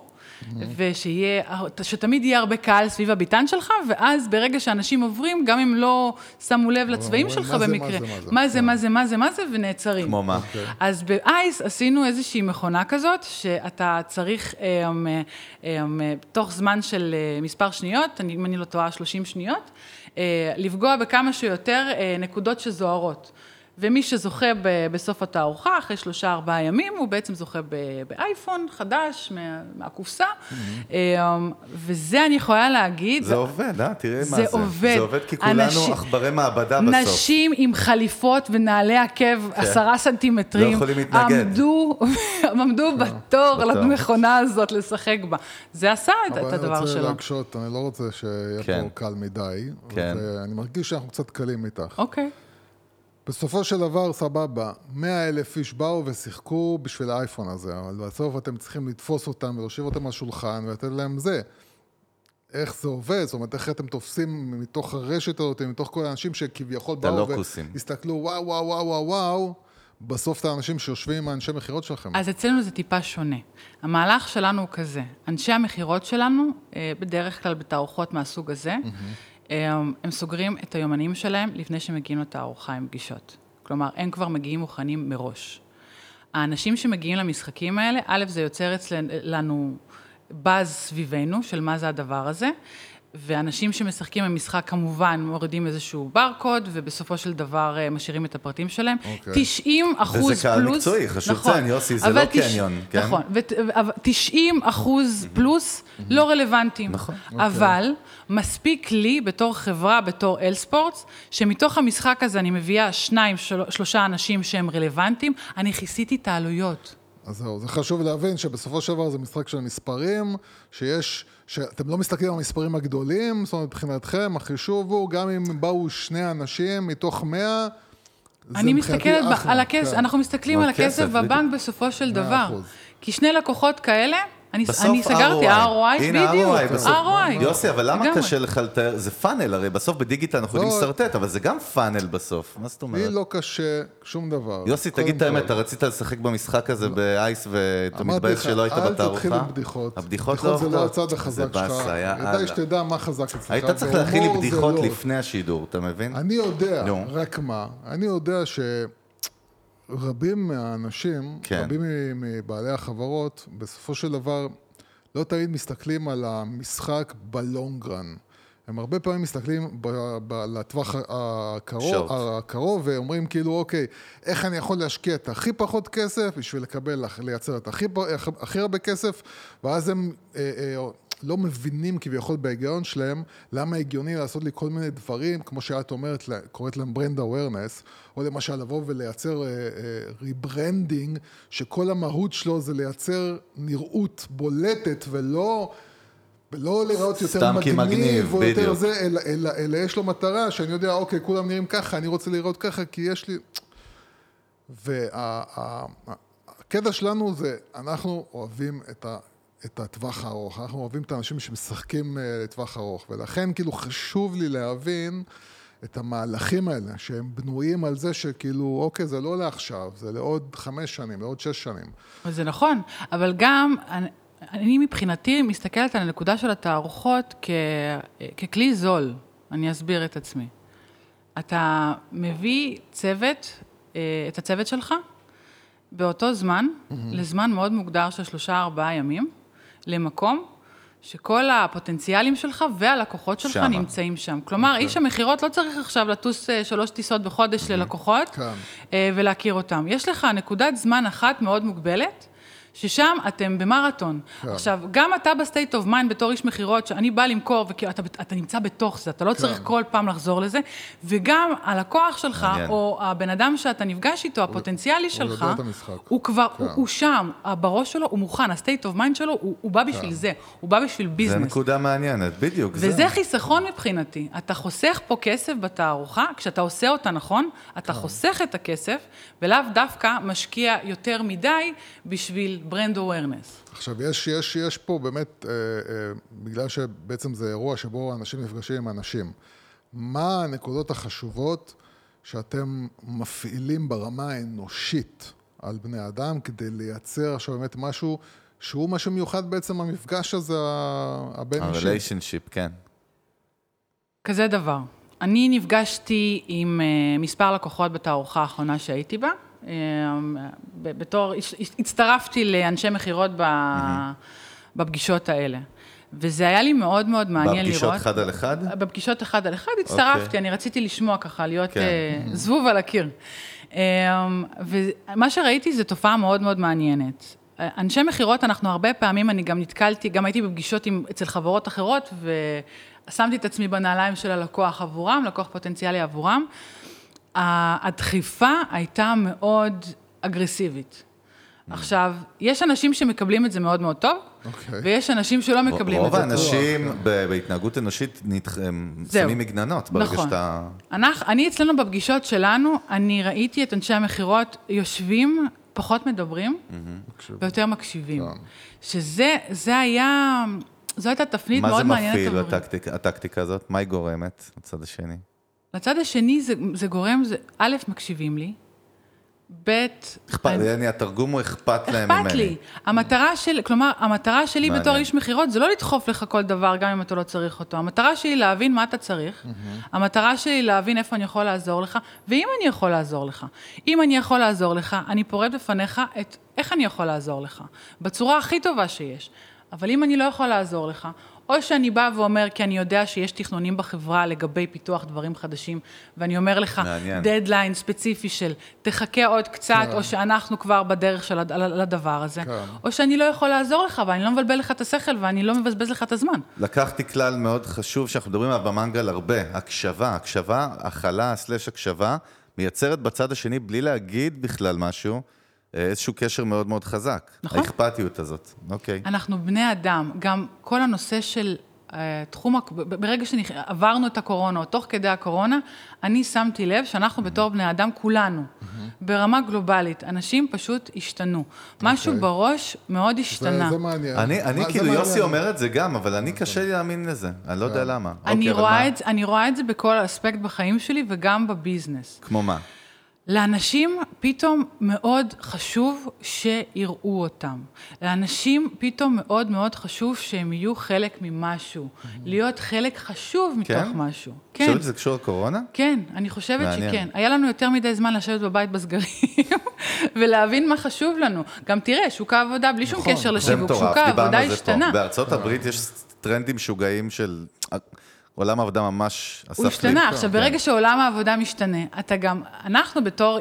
[SPEAKER 7] שתמיד יהיה הרבה קהל סביב הביטן שלך, ואז ברגע שאנשים עוברים, גם אם לא שמו לב לצבעים שלך במקרה, מה זה, ונעצרים.
[SPEAKER 5] כמו מה?
[SPEAKER 7] אז באייס עשינו איזושהי מכונה כזאת, שאתה צריך תוך זמן של מספר שניות, אם אני לא טועה 30 שניות, לפגוע בכמה שיותר נקודות שזוהרות. ומי שזוכה בסוף התערוכה, אחרי 3-4 ימים, הוא בעצם זוכה באייפון חדש מהקופסה, וזה אני יכולה להגיד...
[SPEAKER 5] זה עובד, תראה מה זה.
[SPEAKER 7] זה עובד.
[SPEAKER 5] זה עובד כי כולנו אחברי מעבדה בסוף.
[SPEAKER 7] נשים עם חליפות ונעלי עקב 10 סנטימטרים,
[SPEAKER 5] לא יכולים להתנגד.
[SPEAKER 6] כן.
[SPEAKER 7] עמדו בתור למכונה הזאת לשחק בה. זה עשה את הדבר שלו.
[SPEAKER 6] אבל אני רוצה להקשות, אני לא רוצה שיהיה פה קל מדי, ואני מרגיש שאנחנו קצת קלים איתך.
[SPEAKER 7] אוקיי.
[SPEAKER 6] בסופו של דבר, סבבה, 100,000 איש באו ושיחקו בשביל האייפון הזה, אבל בסוף אתם צריכים לתפוס אותם ולהושיב אותם על השולחן ולתת להם זה. איך זה עובד? זאת אומרת, איך אתם תופסים מתוך הרשת הזאת, מתוך כל האנשים שכביכול באו והסתכלו, וואו, וואו, וואו, וואו, וואו, בסוף את האנשים שיושבים עם האנשי מחירות שלכם.
[SPEAKER 7] אז אצלנו זה טיפה שונה. המהלך שלנו הוא כזה, אנשי המחירות שלנו, בדרך כלל בתערוכות מהסוג הזה, הם סוגרים את היומנים שלהם לפני שמגיעים לתערוכה עם פגישות. כלומר, הם כבר מגיעים מוכנים מראש. האנשים שמגיעים למשחקים האלה, א', זה יוצר לנו באז סביבנו של מה זה הדבר הזה, ואנשים שמשחקים במשחק כמובן מורידים איזשהו ברקוד, ובסופו של דבר משאירים את הפרטים שלהם. 90% פלוס...
[SPEAKER 5] וזה קהל מקצועי, חשוב ציין, יוסי, זה לא קניון, כן?
[SPEAKER 7] נכון, 90% פלוס לא רלוונטיים.
[SPEAKER 5] נכון.
[SPEAKER 7] אבל מספיק לי בתור חברה, בתור אלספורטס, שמתוך המשחק הזה אני מביאה 2-3 אנשים שהם רלוונטיים, אני כיסיתי את העלויות.
[SPEAKER 6] אז זהו, זה חשוב להבין שבסופו של דבר זה משחק של מספרים, שאתם לא מסתכלים על המספרים הגדולים, זאת אומרת, מבחינתכם, החישוב הוא, גם אם באו 2 אנשים מתוך 100,
[SPEAKER 7] אני מסתכלת על הכסף, אנחנו מסתכלים על הכסף בבנק בסופו של דבר. כי 2 לקוחות כאלה, אני סגרתי, ROI, בדיוק, ROI.
[SPEAKER 5] יוסי, אבל למה קשה לך לתאר? זה פאנל, הרי בסוף בדיגיטל אנחנו יודעים לסרטט, אבל זה גם פאנל בסוף, מה זאת אומרת?
[SPEAKER 6] לי לא קשה שום דבר.
[SPEAKER 5] יוסי, תגיד את האמת, אתה רצית לשחק במשחק הזה באייס, ואתה מתבייש שלא היית בתערוכה?
[SPEAKER 6] אל תתחיל עם בדיחות.
[SPEAKER 5] הבדיחות לא
[SPEAKER 6] עובדות. זה לא הצד החזק שלך. כדאי שתדע מה חזק אצלך.
[SPEAKER 5] היית צריך להכין לי בדיחות לפני השידור, אתה מבין?
[SPEAKER 6] אני יודע, רק מה, אני יודע רבים מהאנשים, רבים מבעלי החברות, בסופו של דבר, לא תמיד מסתכלים על המשחק בלונגרן. הם הרבה פעמים מסתכלים לטווח הקרוב, ואומרים כאילו, אוקיי, איך אני יכול להשקיע את הכי פחות כסף, בשביל לייצר את הכי הרבה כסף, ואז הם לא מבינים כביכול בהיגיון שלהם, למה הגיוני לעשות לי כל מיני דברים, כמו שאת אומרת, קוראת להם ברנד אווירנס, או למשל לבוא ולייצר ריברנדינג, שכל המהות שלו זה לייצר נראות בולטת, ולא לראות יותר מגניב, או יותר זה, אלא יש לו מטרה, שאני יודע, אוקיי, כולם נראים ככה, אני רוצה לראות ככה, כי יש לי... והקטע שלנו זה, אנחנו אוהבים את הטווח הארוך, אנחנו אוהבים את האנשים שמשחקים לטווח ארוך, ולכן כאילו חשוב לי להבין את המהלכים האלה, שהם בנויים על זה שכאילו, אוקיי, זה לא לעכשיו, זה לעוד 5 שנים, לעוד 6 שנים.
[SPEAKER 7] זה נכון, אבל גם, אני מבחינתי מסתכלת על הנקודה של התערוכות ככלי זול, אני אסביר את עצמי. אתה מביא את הצוות שלך, באותו זמן, לזמן מאוד מוגדר של 3-4 ימים, למקום שכל הפוטנציאלים שלך והלקוחות שלך נמצאים שם. כלומר, איש המחירות לא צריך עכשיו לטוס 3 טיסות בחודש ללקוחות ולהכיר אותם. יש לך נקודת זמן אחת מאוד מוגבלת, ששם אתם במרתון. עכשיו, גם אתה בסטייט אוף מיינד בתור איש מחירות, שאני בא למכור, ואתה נמצא בתוך זה, אתה לא צריך כל פעם לחזור לזה, וגם הלקוח שלך, או הבן אדם שאתה נפגש איתו, הפוטנציאלי שלך, הוא כבר, הוא שם, בראש שלו, הוא מוכן, הסטייט אוף מיינד שלו, הוא בא בשביל זה, הוא בא בשביל ביזנס.
[SPEAKER 5] זה נקודה מעניינת, בדיוק.
[SPEAKER 7] וזה חיסכון מבחינתי. אתה חוסך פה כסף בתערוכה, כשאתה עושה אותה נכון, אתה חוסך את הכסף, ולאו דווקא משקיע יותר מדי בשביל ברנד אווירנס.
[SPEAKER 6] עכשיו, יש פה באמת, בגלל שבעצם זה אירוע שבו אנשים נפגשים עם אנשים, מה הנקודות החשובות שאתם מפעילים ברמה האנושית על בני אדם, כדי לייצר עכשיו באמת משהו, שהוא משהו מיוחד בעצם המפגש הזה, הבין אישי?
[SPEAKER 5] הריליישנשיפ, כן. כזה
[SPEAKER 7] דבר. אני נפגשתי עם מספר לקוחות בתערוכה האחרונה שהייתי בה, הצטרפתי לאנשי מחירות בפגישות האלה. וזה היה לי מאוד מאוד מעניין לראות.
[SPEAKER 5] בפגישות 1 על 1?
[SPEAKER 7] בפגישות 1 על 1 הצטרפתי, אני רציתי לשמוע ככה, להיות זבוב על הקיר. ומה שראיתי זה תופעה מאוד מאוד מעניינת. אנשי מחירות, אנחנו הרבה פעמים, אני גם נתקלתי, גם הייתי בפגישות אצל חברות אחרות, ושמתי את עצמי בנעליים של הלקוח עבורם, לקוח פוטנציאלי עבורם. הדחיפה הייתה מאוד אגרסיבית. עכשיו, יש אנשים שמקבלים את זה מאוד מאוד טוב, ויש אנשים שלא מקבלים את זה.
[SPEAKER 5] רוב האנשים בהתנהגות אנושית שמים מגננות ברגע שאתה...
[SPEAKER 7] אני אצלנו בפגישות שלנו, אני ראיתי את אנשי המחירות יושבים, פחות מדברים, ויותר מקשיבים. שזה היה... זו הייתה תפנית מאוד מעניינת.
[SPEAKER 5] מה זה מפעיל הטקטיקה הזאת? מה היא גורמת לצד השני?
[SPEAKER 7] לצד השני זה גורם, א', מקשיבים לי,
[SPEAKER 5] התרגום הוא אכפת להם ממני.
[SPEAKER 7] אכפת לי. המטרה שלי בתור איש מחירות זה לא לדחוף לך כל דבר, גם אם אתה לא צריך אותו. המטרה שלי להבין מה אתה צריך, המטרה שלי להבין איפה אני יכול לעזור לך, ואם אני יכול לעזור לך. אם אני יכול לעזור לך, אני פורט בפניך את איך אני יכול לעזור לך, בצורה הכי טובה שיש. אבל אם אני לא יכול לעזור לך, או שאני בא ואומר, כי אני יודע שיש תכנונים בחברה לגבי פיתוח דברים חדשים, ואני אומר לך, דדליין ספציפי של תחכה עוד קצת, או שאנחנו כבר בדרך של הדבר הזה, או שאני לא יכול לעזור לך, ואני לא מבלבל לך את השכל, ואני לא מבזבז לך את הזמן.
[SPEAKER 5] לקחתי כלל מאוד חשוב, שאנחנו מדברים עליו במנגל הרבה, הקשבה, הכלה / הקשבה, מייצרת בצד השני, בלי להגיד בכלל משהו, איזשהו קשר מאוד מאוד חזק. נכון. האכפתיות הזאת. אוקיי.
[SPEAKER 7] אנחנו בני אדם, גם כל הנושא של תחום, ברגע שעברנו את הקורונה, או תוך כדי הקורונה, אני שמתי לב שאנחנו בתור בני אדם, כולנו, ברמה גלובלית, אנשים פשוט השתנו. משהו בראש מאוד השתנה.
[SPEAKER 6] זה מעניין.
[SPEAKER 5] אני כאילו, יוסי אומר את זה גם, אבל אני קשה לי להאמין לזה. אני לא יודע למה.
[SPEAKER 7] אני רואה את זה בכל אספקט בחיים שלי, וגם בביזנס.
[SPEAKER 5] כמו מה?
[SPEAKER 7] לאנשים פתאום מאוד חשוב שיראו אותם. לאנשים פתאום מאוד מאוד חשוב שהם יהיו חלק ממשהו. להיות חלק חשוב מתוך משהו.
[SPEAKER 5] כן. חושבת שזה קשור לקורונה?
[SPEAKER 7] כן, אני חושבת שכן. היה לנו יותר מדי זמן לשבת בבית בסגרים, ולהבין מה חשוב לנו. גם תראה, שוק העבודה, בלי שום קשר לשיווק, שוק העבודה השתנה.
[SPEAKER 5] בארצות הברית יש טרנדים שוגעים של... עולם העבודה ממש אסף לי.
[SPEAKER 7] הוא השתנה. עכשיו, ברגע שעולם העבודה משתנה, אנחנו בתור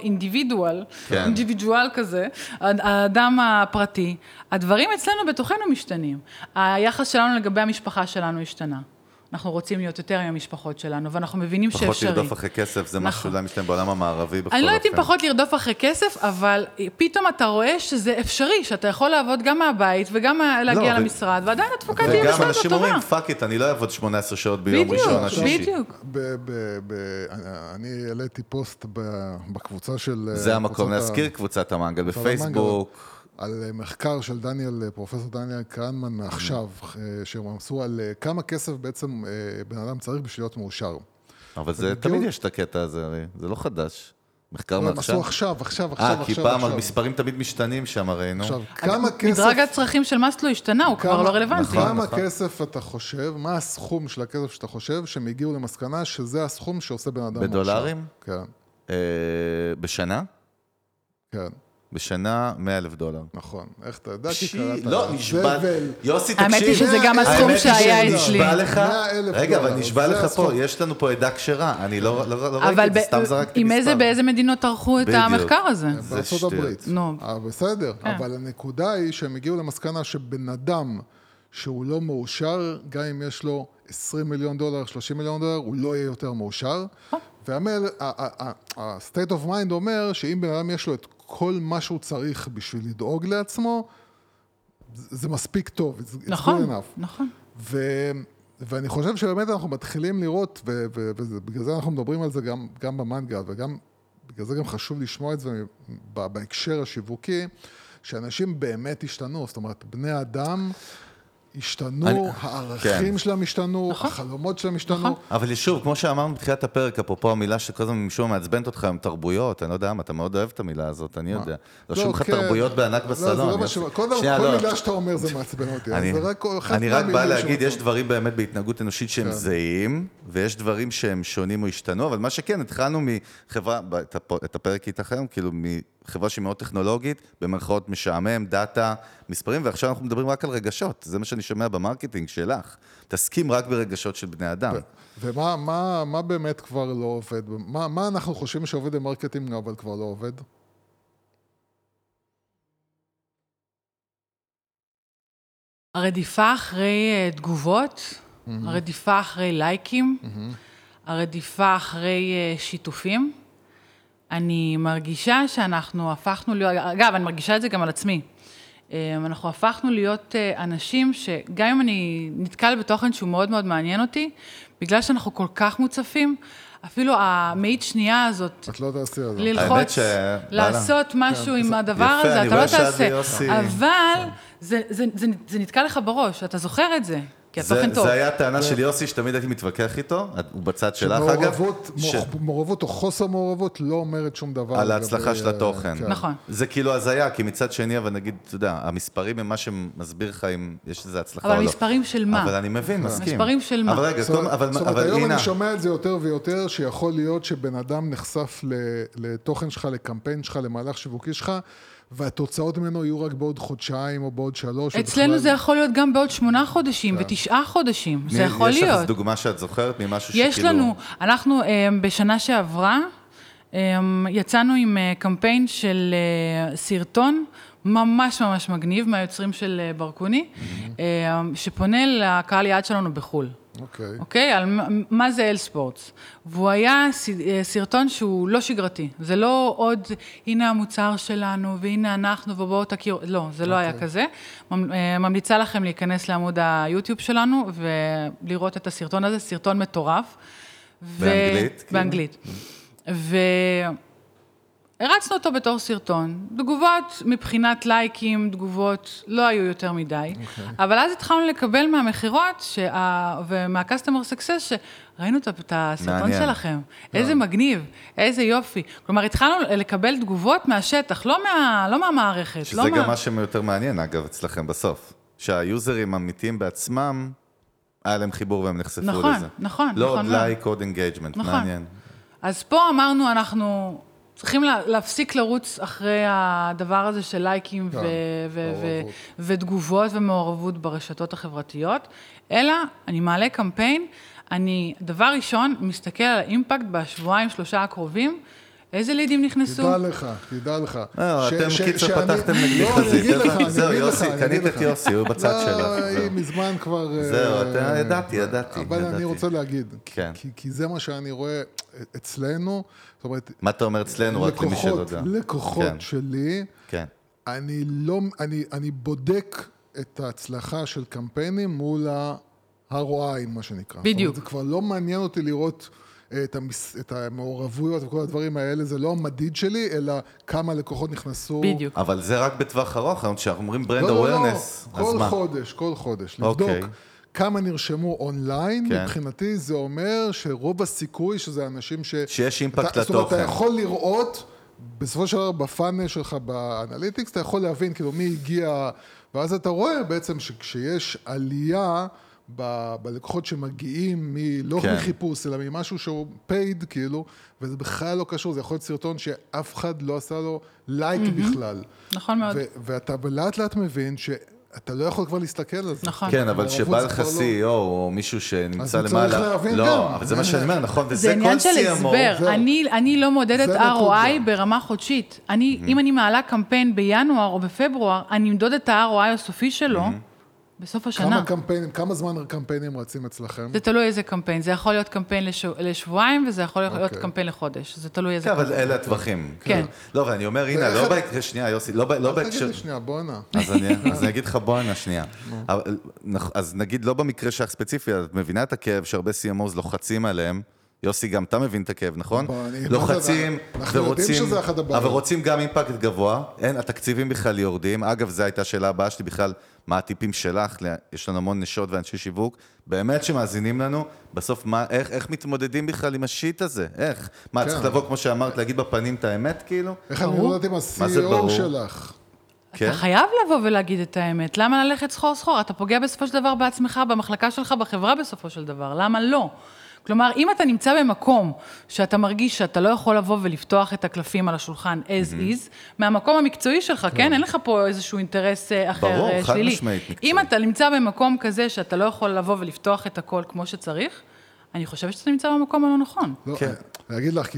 [SPEAKER 7] אינדיבידואל כזה, האדם הפרטי, הדברים אצלנו בתוכנו משתנים. היחס שלנו לגבי המשפחה שלנו השתנה. אנחנו רוצים להיות יותר עם המשפחות שלנו, ואנחנו מבינים שאפשרי.
[SPEAKER 5] פחות לרדוף אחרי כסף, זה משהו שאולי משתנה בעולם המערבי בכל
[SPEAKER 7] אני לא יודעת אם פחות לרדוף אחרי כסף, אבל פתאום אתה רואה שזה אפשרי, שאתה יכול לעבוד גם מהבית, וגם להגיע למשרד, ועדיין התפוקה תהיה בסדר טובה.
[SPEAKER 5] וגם אנשים אומרים, פאק איט, אני לא אעבוד 18 שעות ביום ראשון, השישי.
[SPEAKER 7] בדיוק.
[SPEAKER 6] אני העליתי פוסט בקבוצה של...
[SPEAKER 5] זה המקום להזכיר קבוצת המנגל בפייסבוק.
[SPEAKER 6] על מחקר של פרופסור דניאל קרנמן מעכשיו, שהם עשו על כמה כסף בעצם בן אדם צריך בשביל להיות מאושר.
[SPEAKER 5] אבל זה תמיד יש את הקטע הזה, הרי זה לא חדש. מחקר מעכשיו.
[SPEAKER 6] הם עשו עכשיו.
[SPEAKER 5] כי פעם המספרים תמיד משתנים שם, ראינו.
[SPEAKER 6] עכשיו, כמה כסף...
[SPEAKER 7] מדרג הצרכים של מאסלו השתנה, הוא כבר לא רלוונטי.
[SPEAKER 6] כמה כסף אתה חושב, מה הסכום של הכסף שאתה חושב, שהם הגיעו למסקנה שזה הסכום שעושה בן אדם מאושר.
[SPEAKER 5] בדולרים?
[SPEAKER 6] כן.
[SPEAKER 5] בשנה?
[SPEAKER 6] כן.
[SPEAKER 5] בשנה $100,000.
[SPEAKER 6] נכון. איך אתה יודע כי קראת?
[SPEAKER 5] לא, נשבע. יוסי, תקשיב.
[SPEAKER 7] האמת היא שזה גם הסכום שהיה אצלי.
[SPEAKER 5] רגע, אבל נשבע לך פה, יש לנו פה עדה כשרה. אני לא ראיתי, סתם זרקתי מספר.
[SPEAKER 7] באיזה מדינות ערכו את המחקר הזה?
[SPEAKER 6] בארצות הברית. בסדר, אבל הנקודה היא שהם הגיעו למסקנה שבן אדם שהוא לא מאושר, גם אם יש לו $20 מיליון, $30 מיליון, הוא לא יהיה יותר מאושר. ה-state of mind אומר שאם בן אדם יש לו את כל מה שהוא צריך בשביל לדאוג לעצמו, זה מספיק טוב.
[SPEAKER 7] נכון.
[SPEAKER 6] ואני חושב שבאמת אנחנו מתחילים לראות, ובגלל זה אנחנו מדברים על זה גם במנגל, וגם בגלל זה גם חשוב לשמוע את זה בהקשר השיווקי, שאנשים באמת השתנו, זאת אומרת, בני אדם השתנו, הערכים שלהם השתנו, החלומות שלהם השתנו.
[SPEAKER 5] אבל שוב, כמו שאמרנו בתחילת הפרק, אפרופו המילה שכל הזמן משום מעצבנת אותך עם תרבויות, אני לא יודע מה, אתה מאוד אוהב את המילה הזאת, אני יודע. רשום לך תרבויות בענק בסלון.
[SPEAKER 6] כל מילה שאתה אומר זה מעצבן אותי.
[SPEAKER 5] אני רק בא להגיד, יש דברים באמת בהתנהגות אנושית שהם זהים, ויש דברים שהם שונים או השתנו, אבל מה שכן, התחלנו מחברה, את הפרק איתך היום, כאילו מחברה שהיא מאוד טכנולוגית, במרכאות משעמם, דאטה, מספרים, ועכשיו אנחנו מדברים רק על רגשות. זה מה שאני שומע במרקטינג שלך. תסכים רק ברגשות של בני אדם.
[SPEAKER 6] ומה באמת כבר לא עובד? מה אנחנו חושבים שעובד במרקטינג, אבל כבר לא עובד?
[SPEAKER 7] הרדיפה אחרי תגובות, הרדיפה אחרי לייקים, הרדיפה אחרי שיתופים. אני מרגישה שאנחנו הפכנו להיות, אגב, אני מרגישה את זה גם על עצמי. אנחנו הפכנו להיות אנשים שגם אם אני נתקל בתוכן שהוא מאוד מאוד מעניין אותי, בגלל שאנחנו כל כך מוצפים, אפילו המאית שנייה הזאת,
[SPEAKER 6] את לא תעשי את זה.
[SPEAKER 7] ללחוץ, לעשות משהו עם הדבר הזה, אתה לא תעשה. אבל זה נתקע לך בראש, אתה זוכר את זה. כי התוכן טוב.
[SPEAKER 5] זה היה הטענה של יוסי, שתמיד הייתי מתווכח איתו, הוא בצד שלך אגב.
[SPEAKER 6] מעורבות או חוסר מעורבות לא אומרת שום דבר.
[SPEAKER 5] על ההצלחה של התוכן.
[SPEAKER 7] נכון.
[SPEAKER 5] זה כאילו הזיה, כי מצד שני, אבל נגיד, אתה יודע, המספרים הם מה שמסביר לך אם יש איזה הצלחה או לא.
[SPEAKER 7] אבל מספרים של מה?
[SPEAKER 5] אבל אני מבין, מסכים.
[SPEAKER 7] מספרים של מה?
[SPEAKER 5] אבל רגע,
[SPEAKER 6] זאת אומרת, היום אני שומע את זה יותר ויותר, שיכול להיות שבן אדם נחשף לתוכן שלך, לקמפיין שלך, למהלך שיווקי שלך, והתוצאות ממנו יהיו רק בעוד חודשיים או בעוד 3.
[SPEAKER 7] אצלנו זה יכול להיות גם בעוד 8 חודשים ו9 חודשים, זה יכול להיות.
[SPEAKER 5] יש לך דוגמה שאת זוכרת ממשהו שכאילו...
[SPEAKER 7] יש לנו, אנחנו בשנה שעברה, יצאנו עם קמפיין של סרטון, ממש ממש מגניב, מהיוצרים של ברקוני, שפונה לקהל יעד שלנו בחול. אוקיי? על מה זה אל ספורטס. והוא היה סרטון שהוא לא שגרתי. זה לא עוד, הנה המוצר שלנו, והנה אנחנו, ובואו תכירו. לא, זה לא היה כזה. ממליצה לכם להיכנס לעמוד היוטיוב שלנו, ולראות את הסרטון הזה, סרטון מטורף.
[SPEAKER 5] באנגלית?
[SPEAKER 7] באנגלית. הרצנו אותו בתור סרטון. תגובות מבחינת לייקים, תגובות לא היו יותר מדי. אבל אז התחלנו לקבל מהמחירות ומהקסטומר סקסס שראינו את הסרטון שלכם. איזה מגניב, איזה יופי. כלומר, התחלנו לקבל תגובות מהשטח, לא מהמערכת.
[SPEAKER 5] שזה גם מה שיותר מעניין, אגב, אצלכם בסוף. שהיוזרים אמיתיים בעצמם, היה להם חיבור והם נחשפו לזה.
[SPEAKER 7] נכון.
[SPEAKER 5] לא עוד לייק, עוד אינגייג'מנט, מעניין.
[SPEAKER 7] אז פה אמרנו, אנחנו... צריכים להפסיק לרוץ אחרי הדבר הזה של לייקים ותגובות ומעורבות ברשתות החברתיות, אלא אני מעלה קמפיין, אני דבר ראשון מסתכל על האימפקט בשבועיים, 3 הקרובים, איזה לידים נכנסו?
[SPEAKER 6] תדע לך.
[SPEAKER 5] אתם קיצר פתחתם נגדי חזית. זהו, יוסי, קנית את יוסי, הוא בצד שלך.
[SPEAKER 6] לא, היא מזמן כבר...
[SPEAKER 5] זהו, ידעתי.
[SPEAKER 6] אבל אני רוצה להגיד, כי זה מה שאני רואה אצלנו, זאת אומרת...
[SPEAKER 5] מה אתה אומר אצלנו, רק למי שלא יודע?
[SPEAKER 6] לקוחות שלי, אני בודק את ההצלחה של קמפיינים מול ה-ROI, מה שנקרא.
[SPEAKER 7] בדיוק.
[SPEAKER 6] זה כבר לא מעניין אותי לראות... את המעורבויות וכל הדברים האלה, זה לא המדיד שלי, אלא כמה לקוחות נכנסו.
[SPEAKER 7] בדיוק.
[SPEAKER 5] אבל זה רק בטווח ארוך, כשאנחנו אומרים ברנד אווירנס, אז מה?
[SPEAKER 6] כל חודש, לבדוק כמה נרשמו אונליין, מבחינתי זה אומר שרוב הסיכוי שזה אנשים
[SPEAKER 5] שיש אימפקט לתוכן.
[SPEAKER 6] זאת אומרת, אתה יכול לראות, בסופו של דבר בפאנל שלך באנליטיקס, אתה יכול להבין כאילו מי הגיע, ואז אתה רואה בעצם שכשיש עלייה, בלקוחות שמגיעים לא מחיפוש, אלא ממשהו שהוא paid, כאילו, וזה בכלל לא קשור, זה יכול להיות סרטון שאף אחד לא עשה לו לייק בכלל.
[SPEAKER 7] נכון מאוד.
[SPEAKER 6] ואתה לאט לאט מבין שאתה לא יכול כבר להסתכל על זה.
[SPEAKER 7] נכון.
[SPEAKER 5] כן, אבל שבא לך CEO או מישהו שנמצא למעלה...
[SPEAKER 6] אז צריך להבין גם.
[SPEAKER 5] לא, אבל זה מה שאני אומר, נכון, וזה כל CMO.
[SPEAKER 7] זה עניין של הסבר. אני לא מודדת ROI ברמה חודשית. אם אני מעלה קמפיין בינואר או בפברואר, אני אמדוד את ה-ROI הסופי שלו, בסוף השנה.
[SPEAKER 6] כמה זמן קמפיינים רצים אצלכם?
[SPEAKER 7] זה תלוי איזה קמפיין. זה יכול להיות קמפיין לשבועיים, וזה יכול להיות קמפיין לחודש. זה תלוי איזה
[SPEAKER 5] קמפיין. כן, אבל אלה הטווחים.
[SPEAKER 7] כן.
[SPEAKER 5] לא, ואני אומר, הנה, לא בהקשר, שנייה, יוסי, לא בהקשר...
[SPEAKER 6] אל תגיד לי שנייה, בוא נע.
[SPEAKER 5] אז אני אגיד לך בוא נע, שנייה. אז נגיד, לא במקרה שלך ספציפי, את מבינה את הכאב שהרבה CMOs לוחצים עליהם, יוסי, גם אתה מבין את הכאב, נכון? לוחצים ורוצים גם אימפקט גבוה, התקציבים בכלל יורדים, אגב, זו הייתה השאלה הבאה שלי בכלל, מה הטיפים שלך, יש לנו המון נשות ואנשי שיווק, באמת שמאזינים לנו, בסוף איך מתמודדים בכלל עם השיט הזה? איך? מה, צריך לבוא, כמו שאמרת, להגיד בפנים את האמת, כאילו?
[SPEAKER 6] איך אני יודעת עם ה-CEO שלך?
[SPEAKER 7] אתה חייב לבוא ולהגיד את האמת, למה ללכת סחור? אתה פוגע בסופו של דבר בעצמך, במחלקה שלך, בחברה בסופו של דבר, למה לא? כלומר, אם אתה נמצא במקום שאתה מרגיש שאתה לא יכול לבוא ולפתוח את הקלפים על השולחן as is, מהמקום המקצועי שלך, כן? אין לך פה איזשהו אינטרס אחר שלילי.
[SPEAKER 5] ברור, חד משמעית מקצועי.
[SPEAKER 7] אם אתה נמצא במקום כזה שאתה לא יכול לבוא ולפתוח את הכל כמו שצריך, אני חושבת שאתה נמצא במקום הלא נכון.
[SPEAKER 6] לא, אני אגיד לך, כי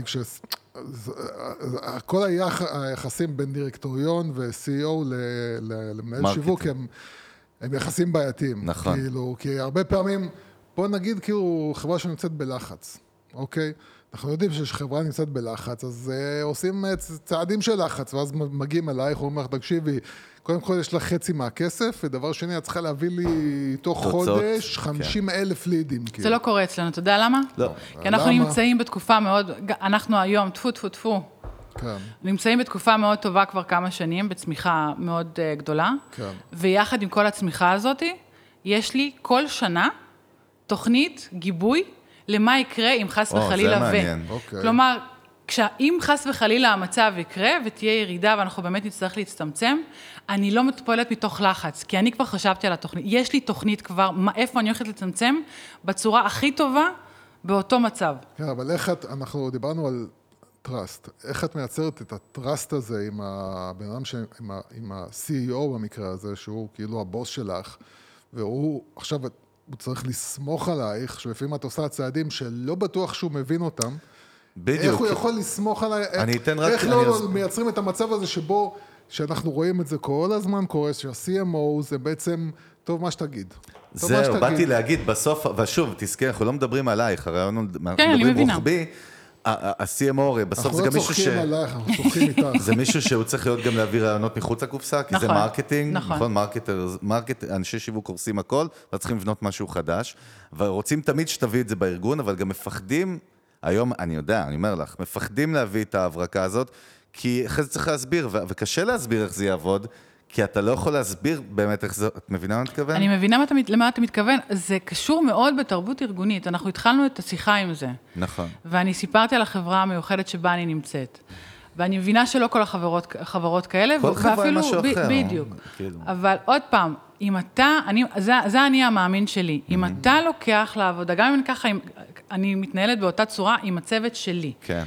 [SPEAKER 6] כל היחסים בין דירקטוריון ו-CEO למנהל שיווק, הם יחסים בעייתיים.
[SPEAKER 5] נכון.
[SPEAKER 6] כי הרבה פעמים... בוא נגיד כאילו חברה שנמצאת בלחץ, אוקיי? אנחנו יודעים שחברה נמצאת בלחץ, אז עושים צעדים של לחץ, ואז מגיעים אלייך, אומרים לך, תקשיבי, קודם כל יש לך חצי מהכסף, ודבר שני, את צריכה להביא לי תוך חודש 50,000 לידים.
[SPEAKER 7] זה לא קורה אצלנו, אתה יודע למה?
[SPEAKER 5] לא.
[SPEAKER 7] כי אנחנו נמצאים בתקופה מאוד, אנחנו היום, טפו, נמצאים בתקופה מאוד טובה כבר כמה שנים, בצמיחה מאוד גדולה, ויחד עם כל הצמיחה הזאת, יש לי כל שנה תוכנית גיבוי למה יקרה אם חס וחלילה
[SPEAKER 5] זה מעניין.
[SPEAKER 7] כלומר, אם חס וחלילה המצב יקרה ותהיה ירידה ואנחנו באמת נצטרך להצטמצם, אני לא פועלת מתוך לחץ, כי אני כבר חשבתי על התוכנית. יש לי תוכנית כבר, איפה אני הולכת לצמצם בצורה הכי טובה באותו מצב.
[SPEAKER 6] כן, אבל אנחנו דיברנו על טראסט. איך את מייצרת את הטראסט הזה עם הבן אדם, עם ה-CEO במקרה הזה, שהוא כאילו הבוס שלך, והוא עכשיו, הוא צריך לסמוך עלייך, שלפעמים את עושה צעדים שלא בטוח שהוא מבין אותם,
[SPEAKER 5] בדיוק.
[SPEAKER 6] איך הוא יכול לסמוך עליי, איך לא מייצרים את המצב הזה שבו, שאנחנו רואים את זה כל הזמן קורה, שה-CMO זה בעצם, טוב מה שתגיד.
[SPEAKER 5] זהו, באתי להגיד בסוף, ושוב, תזכר, אנחנו לא מדברים עלייך, הרי אנחנו
[SPEAKER 7] מדברים
[SPEAKER 5] רוחבי, ה-CMO הרי בסוף זה גם מישהו
[SPEAKER 6] אנחנו לא צוחקים עלייך, אנחנו צוחקים איתך.
[SPEAKER 5] זה מישהו שהוא צריך להיות גם להביא רעיונות מחוץ לקופסה, כי זה מרקטינג, נכון? אנשי שיווק קורסים הכל, וצריכים לבנות משהו חדש, ורוצים תמיד שתביא את זה בארגון, אבל גם מפחדים, היום, אני יודע, אני אומר לך, מפחדים להביא את ההברקה הזאת, כי אחרי זה צריך להסביר, וקשה להסביר איך זה יעבוד, כי אתה לא יכול להסביר באמת איך זה, את מבינה מה אני מתכוון?
[SPEAKER 7] אני מבינה למה אתה מתכוון, זה קשור מאוד בתרבות ארגונית, אנחנו התחלנו את השיחה עם זה.
[SPEAKER 5] נכון.
[SPEAKER 7] ואני סיפרתי על החברה המיוחדת שבה אני נמצאת. ואני מבינה שלא כל החברות כאלה,
[SPEAKER 5] כל חברה עם משהו אחר.
[SPEAKER 7] בדיוק. אבל עוד פעם, אם אתה, זה אני המאמין שלי, אם אתה לוקח לעבודה, גם אם ככה, אני מתנהלת באותה צורה עם הצוות שלי.
[SPEAKER 5] כן.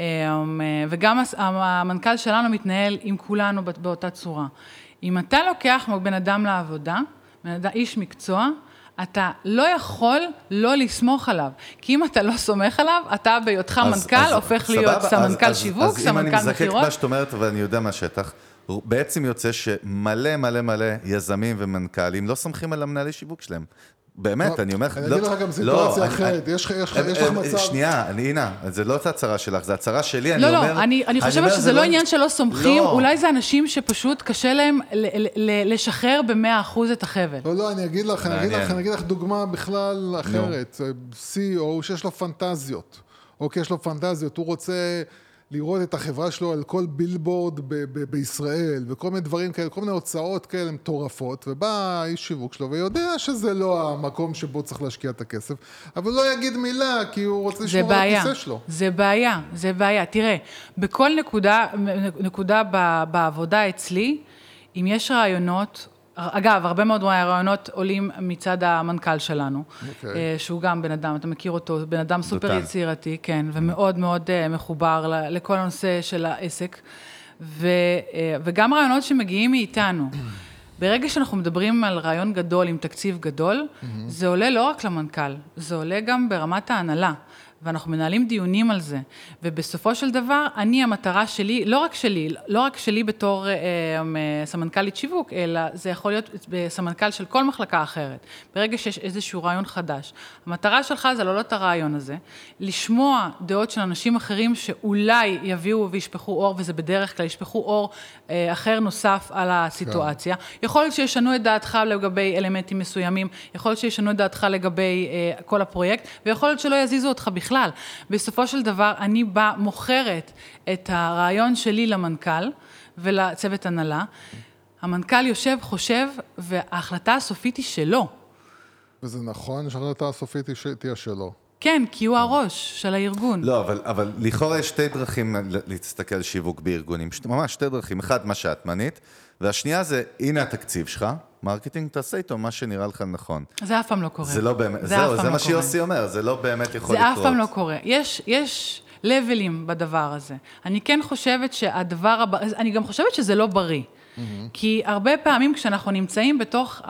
[SPEAKER 7] וגם המנכ"ל שלנו מתנהל עם כולנו באותה צורה. אם אתה לוקח בן אדם לעבודה, איש מקצוע, אתה לא יכול לא לסמוך עליו. כי אם אתה לא סומך עליו, אתה בהיותך מנכ"ל הופך להיות סמנכ"ל שיווק, סמנכ"ל מחירות.
[SPEAKER 5] אז אם אני מזקק מה שאת אומרת, ואני יודע מהשטח, בעצם יוצא שמלא מלא מלא יזמים ומנכ"לים לא סומכים על המנהלי שיווק שלהם. באמת, אני אומר...
[SPEAKER 6] אני אגיד לך גם סיטואציה אחרת, יש לך מצב...
[SPEAKER 5] שנייה, הנה, זה לא הצהרה שלך, זה הצהרה שלי, אני
[SPEAKER 7] אומר...
[SPEAKER 5] לא,
[SPEAKER 7] אני חושבת שזה לא עניין שלא סומכים, אולי זה אנשים שפשוט קשה להם לשחרר ב100% את החבל.
[SPEAKER 6] לא, אני אגיד לך דוגמה בכלל אחרת, CEO שיש לו פנטזיות, אוקיי, יש לו פנטזיות, הוא רוצה... לראות את החברה שלו על כל בילבורד בישראל, וכל מיני דברים כאלה, כל מיני הוצאות כאלה מטורפות, ובא האיש שיווק שלו, ויודע שזה לא המקום שבו צריך להשקיע את הכסף, אבל לא יגיד מילה, כי הוא רוצה לשמור על הכיסא שלו.
[SPEAKER 7] זה בעיה. תראה, בכל נקודה בעבודה אצלי, אם יש רעיונות, אגב, הרבה מאוד רעיונות עולים מצד המנכ"ל שלנו, שהוא גם בן אדם, אתה מכיר אותו, בן אדם סופר יצירתי, כן, ומאוד מאוד מחובר לכל הנושא של העסק, וגם רעיונות שמגיעים מאיתנו. ברגע שאנחנו מדברים על רעיון גדול עם תקציב גדול, זה עולה לא רק למנכ"ל, זה עולה גם ברמת ההנהלה. ואנחנו מנהלים דיונים על זה, ובסופו של דבר, המטרה שלי, לא רק שלי בתור סמנכ"לית שיווק, אלא זה יכול להיות סמנכ"ל של כל מחלקה אחרת, ברגע שיש איזשהו רעיון חדש. המטרה שלך זה לא את הרעיון הזה, לשמוע דעות של אנשים אחרים שאולי יביאו וישפכו אור, וזה בדרך כלל ישפכו אור אחר נוסף על הסיטואציה. יכול להיות שישנו את דעתך לגבי אלמנטים מסוימים, יכול להיות שישנו את דעתך לגבי כל הפרויקט, ויכול להיות שלא יזיזו אותך בכלל. בסופו של דבר, אני מוכרת את הרעיון שלי למנכ"ל ולצוות הנהלה. המנכ"ל יושב, חושב, וההחלטה הסופית היא שלו.
[SPEAKER 6] וזה נכון שההחלטה הסופית תהיה שלו.
[SPEAKER 7] כן, כי הוא הראש של הארגון.
[SPEAKER 5] לא, אבל לכאורה יש שתי דרכים להסתכל על שיווק בארגונים. ממש שתי דרכים. אחד, מה שאת מנית, והשנייה זה, הנה התקציב שלך, מרקטינג, תעשה איתו מה שנראה לך נכון.
[SPEAKER 7] זה אף פעם לא קורה.
[SPEAKER 5] זה לא באמת, זהו, זה מה שיוסי אומר, זה לא באמת יכול לקרות.
[SPEAKER 7] זה אף פעם לא קורה. יש לבלים בדבר הזה. אני כן חושבת שהדבר הבא, אני גם חושבת שזה לא בריא. כי הרבה פעמים כשאנחנו נמצאים בתוך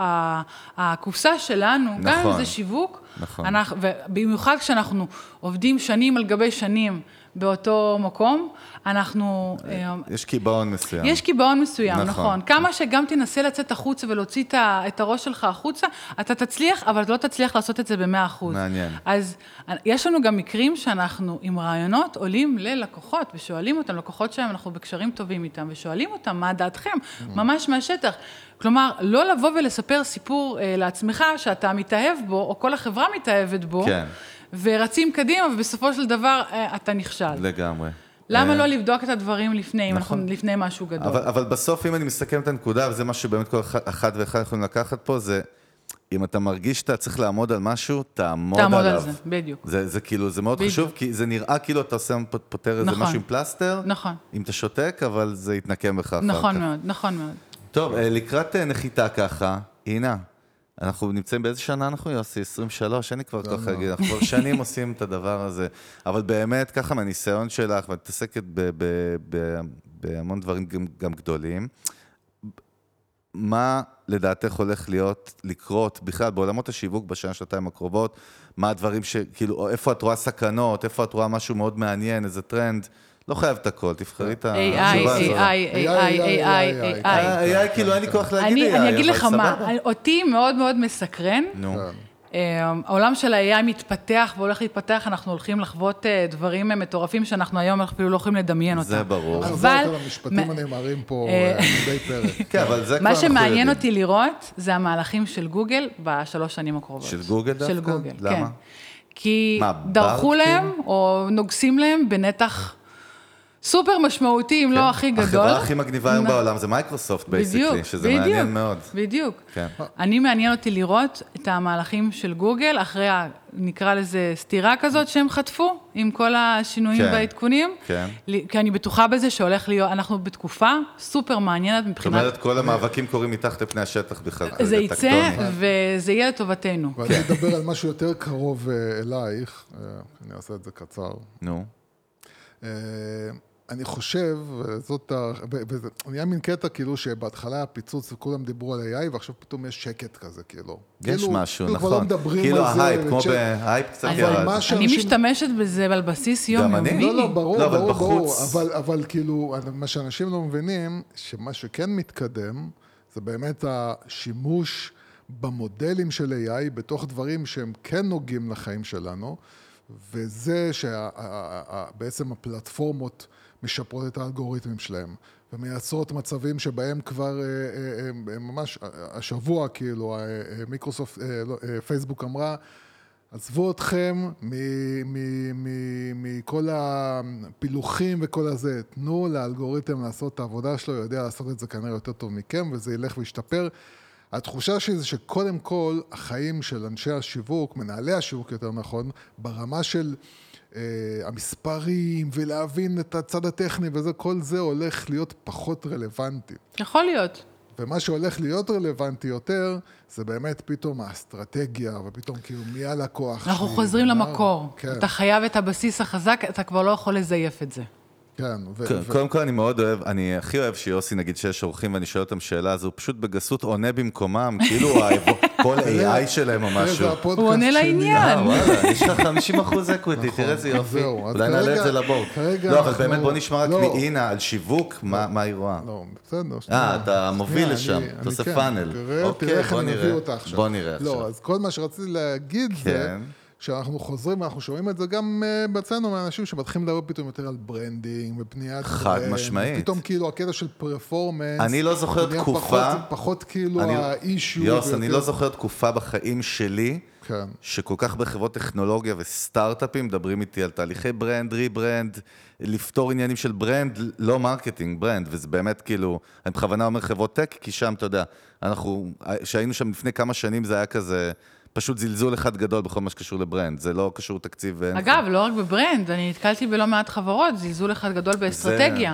[SPEAKER 7] הקופסה שלנו, גם אם זה שיווק, ובמיוחד כשאנחנו עובדים שנים על גבי שנים באותו מקום, אנחנו...
[SPEAKER 5] יש קיבעון מסוים.
[SPEAKER 7] יש קיבעון מסוים, נכון. כמה שגם תנסה לצאת החוצה ולהוציא את הראש שלך החוצה, אתה תצליח, אבל אתה לא תצליח לעשות את זה ב100%.
[SPEAKER 5] מעניין.
[SPEAKER 7] אז יש לנו גם מקרים שאנחנו עם רעיונות עולים ללקוחות, ושואלים אותם, לקוחות שהם, אנחנו בקשרים טובים איתם, ושואלים אותם, מה דעתכם? ממש מהשטח. כלומר, לא לבוא ולספר סיפור לעצמך שאתה מתאהב בו, או כל החברה מתאהבת בו,
[SPEAKER 5] כן.
[SPEAKER 7] ורצים קדימה, ובסופו של דבר אתה נכשל.
[SPEAKER 5] לגמרי.
[SPEAKER 7] למה לא לבדוק את הדברים לפני, אם אנחנו לפני משהו גדול?
[SPEAKER 5] אבל בסוף, אם אני מסכם את הנקודה, וזה מה שבאמת כל אחד ואחד יכולים לקחת פה, זה אם אתה מרגיש שאתה צריך לעמוד על משהו, תעמוד עליו.
[SPEAKER 7] תעמוד על זה, בדיוק.
[SPEAKER 5] זה כאילו, זה מאוד חשוב, כי זה נראה כאילו אתה עושה פותר איזה משהו עם פלסטר.
[SPEAKER 7] נכון.
[SPEAKER 5] אם אתה שותק, אבל זה יתנקם בך אחר כך.
[SPEAKER 7] נכון מאוד, נכון מאוד.
[SPEAKER 5] טוב, לקראת נחיתה ככה, הנה, אנחנו נמצאים באיזה שנה אנחנו, יוסי? 23, אין לי כבר ככה להגיד, אנחנו כבר שנים עושים את הדבר הזה, אבל באמת, ככה מהניסיון שלך, ואת מתעסקת בהמון דברים גם גדולים, מה לדעתך הולך לקרות בכלל בעולמות השיווק בשנה שנתיים הקרובות, מה הדברים כאילו, איפה את רואה סכנות, איפה את רואה משהו מאוד מעניין, איזה טרנד, לא חייב את הכל, תבחרי את התשובה הזאת. AI, כאילו אין לי כוח להגיד AI,
[SPEAKER 7] אני אגיד לך מה, אותי מאוד מאוד מסקרן.
[SPEAKER 5] נו.
[SPEAKER 7] העולם של ה-AI מתפתח והולך להתפתח, אנחנו הולכים לחוות דברים מטורפים שאנחנו היום אפילו לא יכולים לדמיין אותם.
[SPEAKER 5] זה ברור.
[SPEAKER 6] אבל המשפטים הנאמרים פה מדי פרק.
[SPEAKER 5] כן, אבל זה כבר
[SPEAKER 7] מה
[SPEAKER 5] אנחנו יודעים.
[SPEAKER 7] שמעניין אותי לראות, זה המהלכים של גוגל בשלוש שנים הקרובות.
[SPEAKER 5] של גוגל דווקא?
[SPEAKER 7] של גוגל,
[SPEAKER 5] למה?
[SPEAKER 7] כן. כי
[SPEAKER 5] מה,
[SPEAKER 7] דרכו להם,
[SPEAKER 5] כאילו?
[SPEAKER 7] או נוגסים להם בנתח סופר משמעותי, אם לא הכי גדול.
[SPEAKER 5] החברה הכי מגניבה היום בעולם זה מייקרוסופט, בייסיקלי, שזה מעניין מאוד.
[SPEAKER 7] בדיוק.
[SPEAKER 5] כן.
[SPEAKER 7] אני מעניין אותי לראות את המהלכים של גוגל, אחרי, נקרא לזה סתירה כזאת שהם חטפו, עם כל השינויים והעדכונים.
[SPEAKER 5] כן.
[SPEAKER 7] כי אני בטוחה בזה שהולך להיות, אנחנו בתקופה סופר מעניינת מבחינת...
[SPEAKER 5] זאת אומרת, כל המאבקים קורים מתחת לפני השטח בכלל.
[SPEAKER 7] זה יצא, וזה יהיה לטובתנו.
[SPEAKER 6] ואני אדבר על משהו יותר קרוב אלייך, אני אעשה את זה קצר.
[SPEAKER 5] נו.
[SPEAKER 6] אני חושב, וזה נהיה מין קטע כאילו שבהתחלה היה פיצוץ וכולם דיברו על AI, ועכשיו פתאום יש שקט כזה, כאילו.
[SPEAKER 5] יש משהו, נכון.
[SPEAKER 6] כבר לא מדברים על זה.
[SPEAKER 5] כאילו ההייפ, כמו בהייפ קצת ירד.
[SPEAKER 7] אני משתמשת בזה על בסיס יומיומי.
[SPEAKER 5] גם אני?
[SPEAKER 6] לא, ברור,
[SPEAKER 5] בחוץ.
[SPEAKER 6] אבל כאילו, מה שאנשים לא מבינים, שמה שכן מתקדם, זה באמת השימוש במודלים של AI, בתוך דברים שהם כן נוגעים לחיים שלנו, וזה שבעצם הפלטפורמות משפרות את האלגוריתמים שלהם, ומייצרות מצבים שבהם כבר ממש השבוע, כאילו, מיקרוסופט, פייסבוק אמרה, עזבו אתכם מכל הפילוחים וכל הזה, תנו לאלגוריתם לעשות את העבודה שלו, יודע לעשות את זה כנראה יותר טוב מכם, וזה ילך וישתפר. התחושה שלי זה שקודם כל החיים של אנשי השיווק, מנהלי השיווק יותר נכון, ברמה של המספרים ולהבין את הצד הטכני וזה, כל זה הולך להיות פחות רלוונטי.
[SPEAKER 7] יכול להיות.
[SPEAKER 6] ומה שהולך להיות רלוונטי יותר, זה באמת פתאום האסטרטגיה, ופתאום כאילו מי הלקוח.
[SPEAKER 7] אנחנו חוזרים למקור.
[SPEAKER 6] כן.
[SPEAKER 7] אתה חייב את הבסיס החזק, אתה כבר לא יכול לזייף את זה.
[SPEAKER 6] כן.
[SPEAKER 5] קודם כל אני מאוד אוהב, אני הכי אוהב שיוסי נגיד שיש אורחים ואני שואל אותם שאלה, אז הוא פשוט בגסות עונה במקומם, כאילו כל AI שלהם או משהו.
[SPEAKER 7] הוא עונה לעניין.
[SPEAKER 5] וואלה, יש לך 50% אקוויטי, תראה איזה יופי. אולי נעלה את זה לבורד. לא, אבל באמת בוא נשמע רק מאינה על שיווק, מה היא רואה.
[SPEAKER 6] לא, בסדר.
[SPEAKER 5] אתה מוביל לשם, אתה עושה פאנל.
[SPEAKER 6] תראה איך אני מביא אותה עכשיו.
[SPEAKER 5] בוא נראה עכשיו.
[SPEAKER 6] לא, אז כל מה שרציתי להגיד זה, שאנחנו חוזרים ואנחנו שומעים את זה גם בצנו מאנשים שמתחילים לדבר פתאום יותר על ברנדינג ובניית
[SPEAKER 5] חד משמעית.
[SPEAKER 6] פתאום כאילו הקטע של פרפורמנס.
[SPEAKER 5] אני לא זוכר תקופה.
[SPEAKER 6] פחות כאילו האישו.
[SPEAKER 5] יוס, אני לא זוכר תקופה בחיים שלי, שכל כך בחברות טכנולוגיה וסטארט-אפים מדברים איתי על תהליכי ברנד, ריברנד, לפתור עניינים של ברנד, לא מרקטינג, ברנד, וזה באמת כאילו, אני בכוונה אומר חברות טק, כי שם, אתה יודע, שהיינו שם לפני כמה שנים זה היה כזה, פשוט זלזול אחד גדול בכל מה שקשור לברנד, זה לא קשור תקציב.
[SPEAKER 7] אגב, לא רק בברנד, אני נתקלתי בלא מעט חברות, זלזול אחד גדול באסטרטגיה.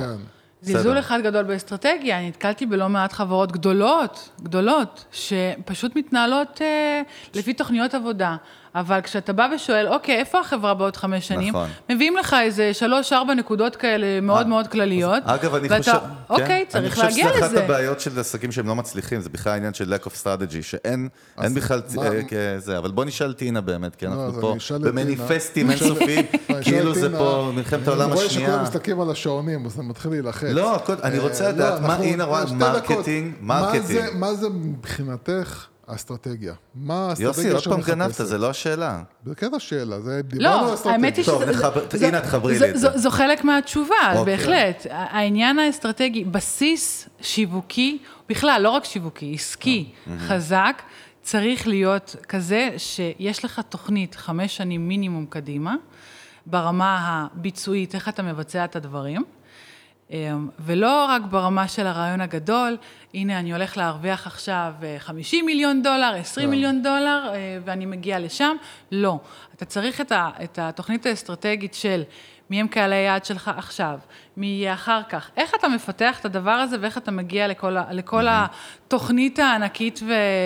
[SPEAKER 7] זלזול אחד גדול באסטרטגיה, אני נתקלתי בלא מעט חברות גדולות, שפשוט מתנהלות לפי תוכניות עבודה. אבל כשאתה בא ושואל, אוקיי, איפה החברה בעוד 5 שנים? מביאים לך איזה 3-4 נקודות כאלה מאוד מאוד כלליות.
[SPEAKER 5] אגב, אני חושב...
[SPEAKER 7] אוקיי, צריך להגיע לזה.
[SPEAKER 5] אני חושב שזה אחת הבעיות של עסקים שהם לא מצליחים, זה בכלל העניין של lack of strategy, שאין בכלל כזה, אבל בוא נשאל טינה באמת, כי אנחנו פה במניפסטים אינסופיים, כאילו זה פה מלחמת העולם השנייה.
[SPEAKER 6] אני רואה שכולם מסתכלים על השעונים, אז אני מתחיל להילחץ.
[SPEAKER 5] לא, אני רוצה לדעת מה אינה רואה, מרקטינג.
[SPEAKER 6] מה זה מבחינתך? האסטרטגיה. מה האסטרטגיה
[SPEAKER 5] יוסי, עוד פעם גנבת, זה לא השאלה.
[SPEAKER 6] זה כן השאלה, זה דיברנו על
[SPEAKER 7] אסטרטגיה. לא, האמת היא
[SPEAKER 5] שזה... הנה, תחברי לי את זה.
[SPEAKER 7] זו חלק מהתשובה, בהחלט. העניין האסטרטגי, בסיס שיווקי, בכלל, לא רק שיווקי, עסקי, חזק, צריך להיות כזה שיש לך תוכנית 5 שנים מינימום קדימה, ברמה הביצועית, איך אתה מבצע את הדברים, ולא רק ברמה של הרעיון הגדול, הנה אני הולך להרוויח עכשיו $50 מיליון, $20 מיליון, ואני מגיע לשם. לא. אתה צריך את התוכנית האסטרטגית של מי הם קהלי היעד שלך עכשיו, מי יהיה אחר כך. איך אתה מפתח את הדבר הזה ואיך אתה מגיע לכל התוכנית הענקית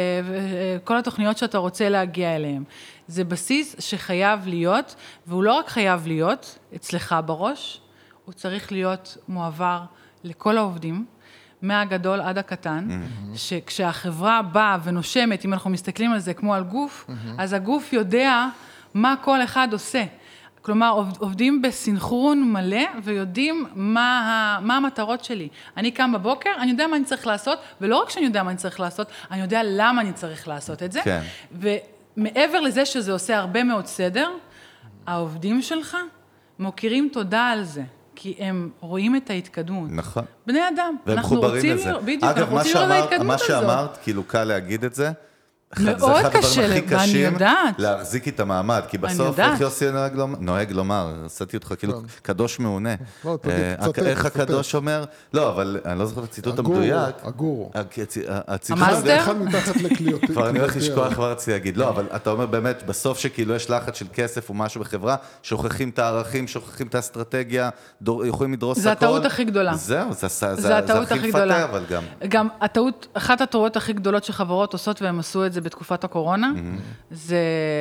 [SPEAKER 7] וכל התוכניות שאתה רוצה להגיע אליהן. זה בסיס שחייב להיות, והוא לא רק חייב להיות אצלך בראש, הוא צריך להיות מועבר לכל העובדים, מהגדול עד הקטן, שכשהחברה באה ונושמת, אם אנחנו מסתכלים על זה כמו על גוף, אז הגוף יודע מה כל אחד עושה. כלומר, עובדים בסינכרון מלא ויודעים מה המטרות שלי. אני קם בבוקר, אני יודע מה אני צריך לעשות, ולא רק שאני יודע מה אני צריך לעשות, אני יודע למה אני צריך לעשות את זה.
[SPEAKER 5] כן.
[SPEAKER 7] ומעבר לזה שזה עושה הרבה מאוד סדר, העובדים שלך מוקירים תודה על זה. כי הם רואים את ההתקדמות.
[SPEAKER 5] נכון.
[SPEAKER 7] בני אדם.
[SPEAKER 5] והם מחוברים לזה.
[SPEAKER 7] בדיוק, אנחנו רוצים לראות את ההתקדמות הזאת.
[SPEAKER 5] מה שאמרת, כאילו קל להגיד את זה,
[SPEAKER 7] מאוד קשה, ואני יודעת.
[SPEAKER 5] להחזיק את המעמד, כי בסוף איך יוסי נוהג לומר, עשיתי אותך כאילו קדוש מעונה. איך הקדוש אומר? לא, אבל אני לא זוכר את הציטוט המדויק.
[SPEAKER 6] הגורו.
[SPEAKER 7] המאסטר?
[SPEAKER 6] אחד מתחת לכליותי.
[SPEAKER 5] כבר אני הולך לשכוח, כבר רציתי להגיד. לא, אבל אתה אומר באמת, בסוף שכאילו יש לחץ של כסף או משהו בחברה, שוכחים את הערכים, שוכחים את האסטרטגיה, יכולים לדרוס הכל.
[SPEAKER 7] זה הטעות הכי גדולה.
[SPEAKER 5] זהו, זה הכי מפתה, אבל גם.
[SPEAKER 7] גם אחת הטעויות הכי גדולות שחברות עושות, והם עשו את זה בתקופת הקורונה, זה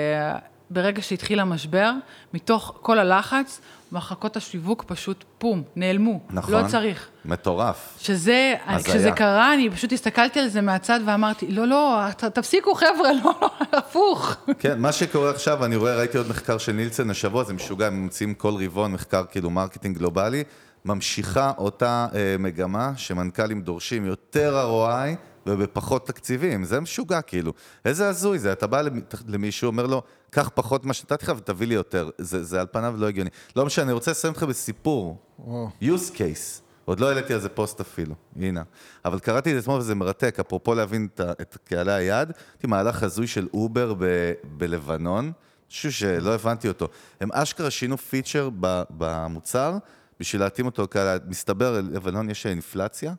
[SPEAKER 7] ברגע שהתחיל המשבר, מתוך כל הלחץ, מחלקות השיווק פשוט פום, נעלמו,
[SPEAKER 5] נכון,
[SPEAKER 7] לא צריך.
[SPEAKER 5] מטורף.
[SPEAKER 7] כשזה קרה, אני פשוט הסתכלתי על זה מהצד ואמרתי, לא, תפסיקו חבר'ה, לא, הפוך.
[SPEAKER 5] כן, מה שקורה עכשיו, ראיתי עוד מחקר של נילסן השבוע, זה משוגע, הם מוצאים כל רבעון מחקר כאילו מרקטינג גלובלי, ממשיכה אותה מגמה שמנכ"לים דורשים יותר ROI, ובפחות תקציבים, זה משוגע כאילו. איזה הזוי זה, אתה בא למישהו, אומר לו, קח פחות מה שנתתי לך ותביא לי יותר. זה על פניו לא הגיוני. לא משנה, אני רוצה לסיים לך בסיפור. use case. עוד לא העליתי על זה פוסט אפילו. הנה. אבל קראתי את זה אתמול וזה מרתק, אפרופו להבין את קהלי היעד, הייתי מהלך הזוי של אובר בלבנון, משהו שלא הבנתי אותו. הם אשכרה שינו פיצ'ר במוצר, בשביל להתאים אותו כאלה, מסתבר, לבנון יש אינפלציה,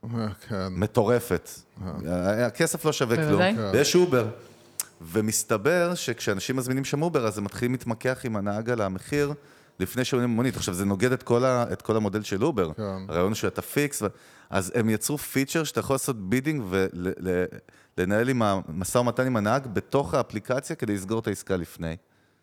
[SPEAKER 5] מטורפת. הכסף לא שווה כלום. ויש אובר. ומסתבר שכשאנשים מזמינים שם אובר, אז הם מתחילים להתמקח עם הנהג על המחיר, לפני שעולים מונית. עכשיו, זה נוגד את כל המודל של אובר. הרעיון שאתה פיקס. אז הם יצרו פיצ'ר שאתה יכול לעשות בידינג ולנהל עם המשא ומתן עם הנהג בתוך האפליקציה כדי לסגור את העסקה לפני.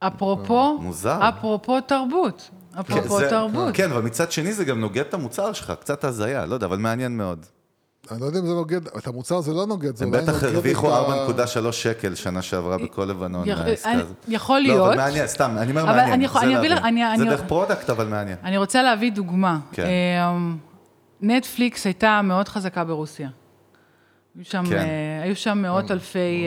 [SPEAKER 7] אפרופו תרבות.
[SPEAKER 5] כן, אבל מצד שני זה גם נוגד את המוצר שלך, קצת הזיה, לא יודע, אבל מעניין מאוד.
[SPEAKER 6] אני לא יודע אם זה נוגד, את המוצר זה לא נוגד.
[SPEAKER 5] הם בטח הרוויחו 4.3 שקל שנה שעברה בכל לבנון.
[SPEAKER 7] יכול להיות.
[SPEAKER 5] לא, אבל מעניין, סתם, אני אומר מעניין. זה דרך פרודקט, אבל מעניין.
[SPEAKER 7] אני רוצה להביא דוגמה. נטפליקס הייתה מאוד חזקה ברוסיה. היו שם מאות אלפי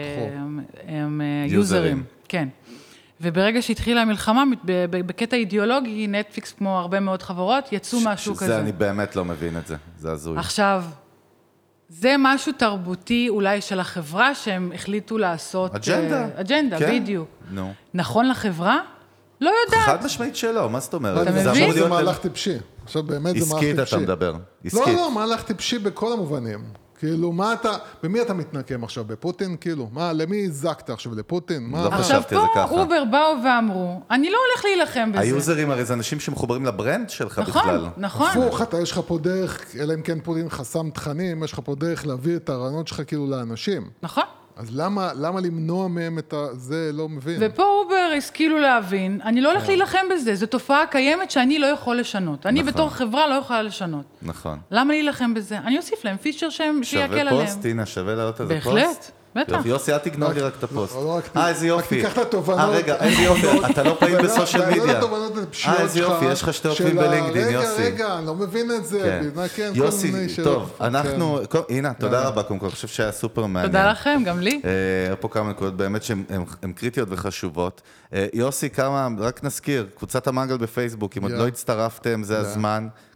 [SPEAKER 7] יוזרים. כן. וברגע שהתחילה המלחמה, בקטע אידיאולוגי, נטפליקס כמו הרבה מאוד חברות, יצאו משהו כזה.
[SPEAKER 5] זה אני באמת לא מבין את זה, זה הזוי.
[SPEAKER 7] עכשיו, זה משהו תרבותי אולי של החברה, שהם החליטו לעשות... אג'נדה, בדיוק. נכון לחברה? לא יודעת.
[SPEAKER 5] חד משמעית שלא, מה זאת אומרת?
[SPEAKER 7] אתה מבין?
[SPEAKER 6] זה מהלך טיפשי. עכשיו באמת זה מהלך טיפשי.
[SPEAKER 5] עסקית אתה מדבר.
[SPEAKER 6] לא, מהלך טיפשי בכל המובנים. כאילו, במי אתה מתנקם עכשיו? בפוטין? כאילו, למי הזקת עכשיו? לפוטין?
[SPEAKER 7] עכשיו פה אובר באו ואמרו, אני לא הולך להילחם בזה.
[SPEAKER 5] היוזרים הרי זה אנשים שמחוברים לברנד שלך בכלל.
[SPEAKER 7] נכון.
[SPEAKER 6] הפוך, יש לך פה דרך, אלא אם כן פוטין חסם תכנים, יש לך פה דרך להביא את הרעיונות שלך כאילו לאנשים.
[SPEAKER 7] נכון.
[SPEAKER 6] אז למה למנוע מהם את זה? לא מבין.
[SPEAKER 7] ופה אובר השכילו להבין, אני לא הולך להילחם בזה, זו תופעה קיימת שאני לא יכול לשנות. אני בתור חברה לא יכולה לשנות.
[SPEAKER 5] נכון.
[SPEAKER 7] למה להילחם בזה? אני אוסיף להם פיצ'ר שיקל עליהם.
[SPEAKER 5] שווה פוסט, הנה, שווה לעלות איזה פוסט.
[SPEAKER 7] בהחלט, בטח.
[SPEAKER 5] יוסי, אל תגנוב לי רק את הפוסט. איזה יופי.
[SPEAKER 6] רק תיקח את התובנות.
[SPEAKER 5] רגע, איזה יופי, אתה לא פעיל בסושיאל מדיה. איזה יופי, יש לך 2 עוקבים בלינקדין, יוסי.
[SPEAKER 6] רגע, אני לא מבין את זה.
[SPEAKER 5] יוסי, טוב, אנחנו, הנה, תודה רבה, קודם כל, אני חושב שהיה סופר מעניין.
[SPEAKER 7] תודה לכם, גם לי.
[SPEAKER 5] פה כמה נקודות באמת שהן קריטיות וחשובות. יוסי, רק נזכיר, קבוצת המנגל בפייסבוק, אם עוד לא הצטרפתם, זה הזמן.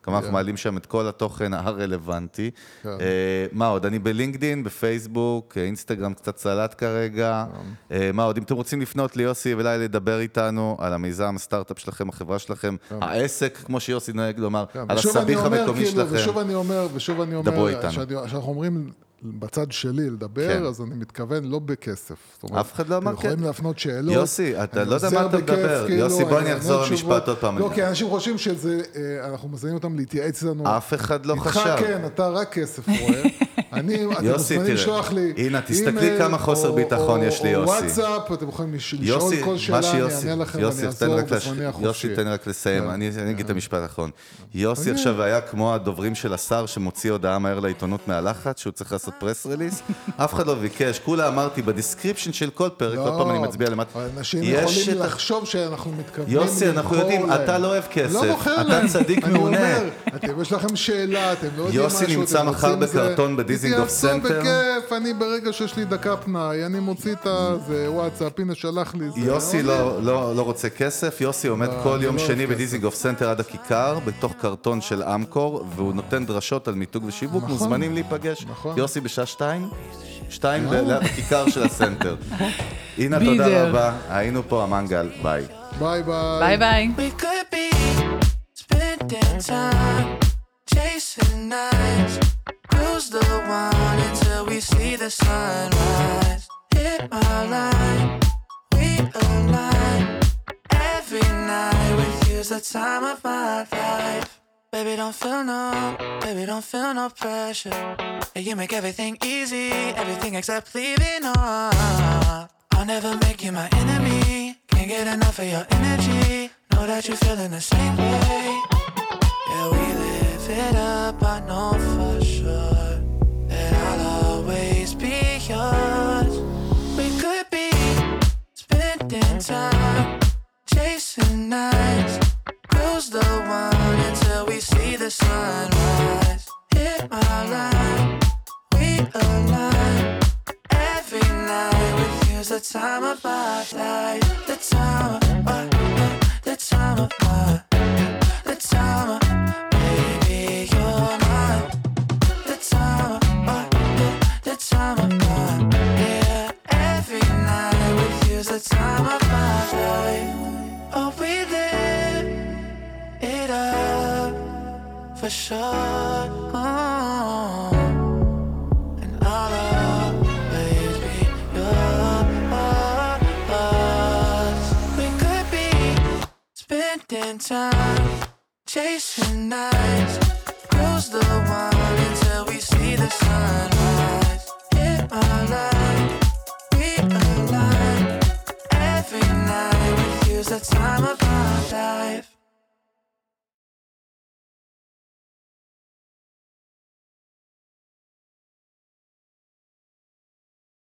[SPEAKER 5] כלומר, אנחנו מעלים שם את כל התוכן הרלוונטי. מה עוד? אני בלינקדין, בפייסבוק, אינסטגרם קצת סלט כרגע. מה עוד? אם אתם רוצים לפנות ליוסי ואולי לדבר איתנו על המיזם, הסטארט-אפ שלכם, החברה שלכם, העסק, כמו שיוסי נוהג לומר, על הסביך המקומי שלכם.
[SPEAKER 6] ושוב אני אומר, שאנחנו אומרים בצד שלי לדבר, אז אני מתכוון לא בכסף.
[SPEAKER 5] אף אחד לא אמר כן.
[SPEAKER 6] יכולים להפנות שאלות.
[SPEAKER 5] יוסי, אתה לא יודע מה אתה מדבר. יוסי, בוא אני אחזור למשפט עוד פעם.
[SPEAKER 6] לא, כי אנשים חושבים שאנחנו מזמינים אותם להתייעץ לנו.
[SPEAKER 5] אף אחד לא חשב.
[SPEAKER 6] איתך כן, אתה רק כסף רואה. אתם מוזמנים לשלוח לי.
[SPEAKER 5] הנה, תסתכלי כמה חוסר ביטחון יש לי, יוסי.
[SPEAKER 6] או וואטסאפ, אתם יכולים לשאול כל שאלה, אני אענה לכם ואני אעזור בזמני החופשי.
[SPEAKER 5] יוסי, תן רק לסיים, אני אגיד את המשפט האחרון. יוסי עכשיו היה כמו הדוברים של השר שמוציא הודעה מהר לעיתונות מהלחץ, שהוא צריך לעשות פרס רליס. אף אחד לא ביקש, כולה אמרתי בדיסקריפשן של כל פרק, עוד פעם אני מצביע למטה.
[SPEAKER 6] אנשים יכולים לחשוב שאנחנו מתכוונים.
[SPEAKER 5] יוסי, אנחנו יודעים, אתה לא אוהב כסף, אתה צדיק מעונה.
[SPEAKER 6] יש לכם שאלה, אתם לא יודעים משהו.
[SPEAKER 5] יוסי נמצא מחר בקרטון בדיזינגוף סנטר.
[SPEAKER 6] בכיף, אני ברגע שיש לי דקה פנאי, אני מוציא את זה, וואטסאפ, הנה שלח לי זה.
[SPEAKER 5] יוסי לא רוצה כסף, יוסי עומד כל יום שני בדיזינגוף סנטר עד הכיכר, בתוך קרטון של אמקור, והוא נותן דרשות על מיתוג ושיווק, מוזמנים להיפגש. יוסי בשעה 2 בכיכר של הסנטר. הנה, תודה רבה, היינו פה המנגל, ביי.
[SPEAKER 6] ביי ביי.
[SPEAKER 7] ביי ביי.
[SPEAKER 4] We could be spending time chasing nights, cruise the one until we see the sunrise. Hit my line, we align. Every night with you's the time of my life. Baby, don't feel no pressure. You make everything easy, everything except leaving on. I'll never make you my enemy. Can't get enough of your energy. Know that you're feeling the same way. Yeah, we live it up, I know for sure that I'll always be yours. We could be spending time chasing nights, cruise the one until we see the sunrise. Hit my line, we align. Every night with you's the time of my life. The time of my, the time of my, the time of, baby, you're mine. The time of my, the time of my, yeah. Every night with you's the time of my life. Oh, we live it up for sure. And I'll always be yours. We could be spending time chasing nights,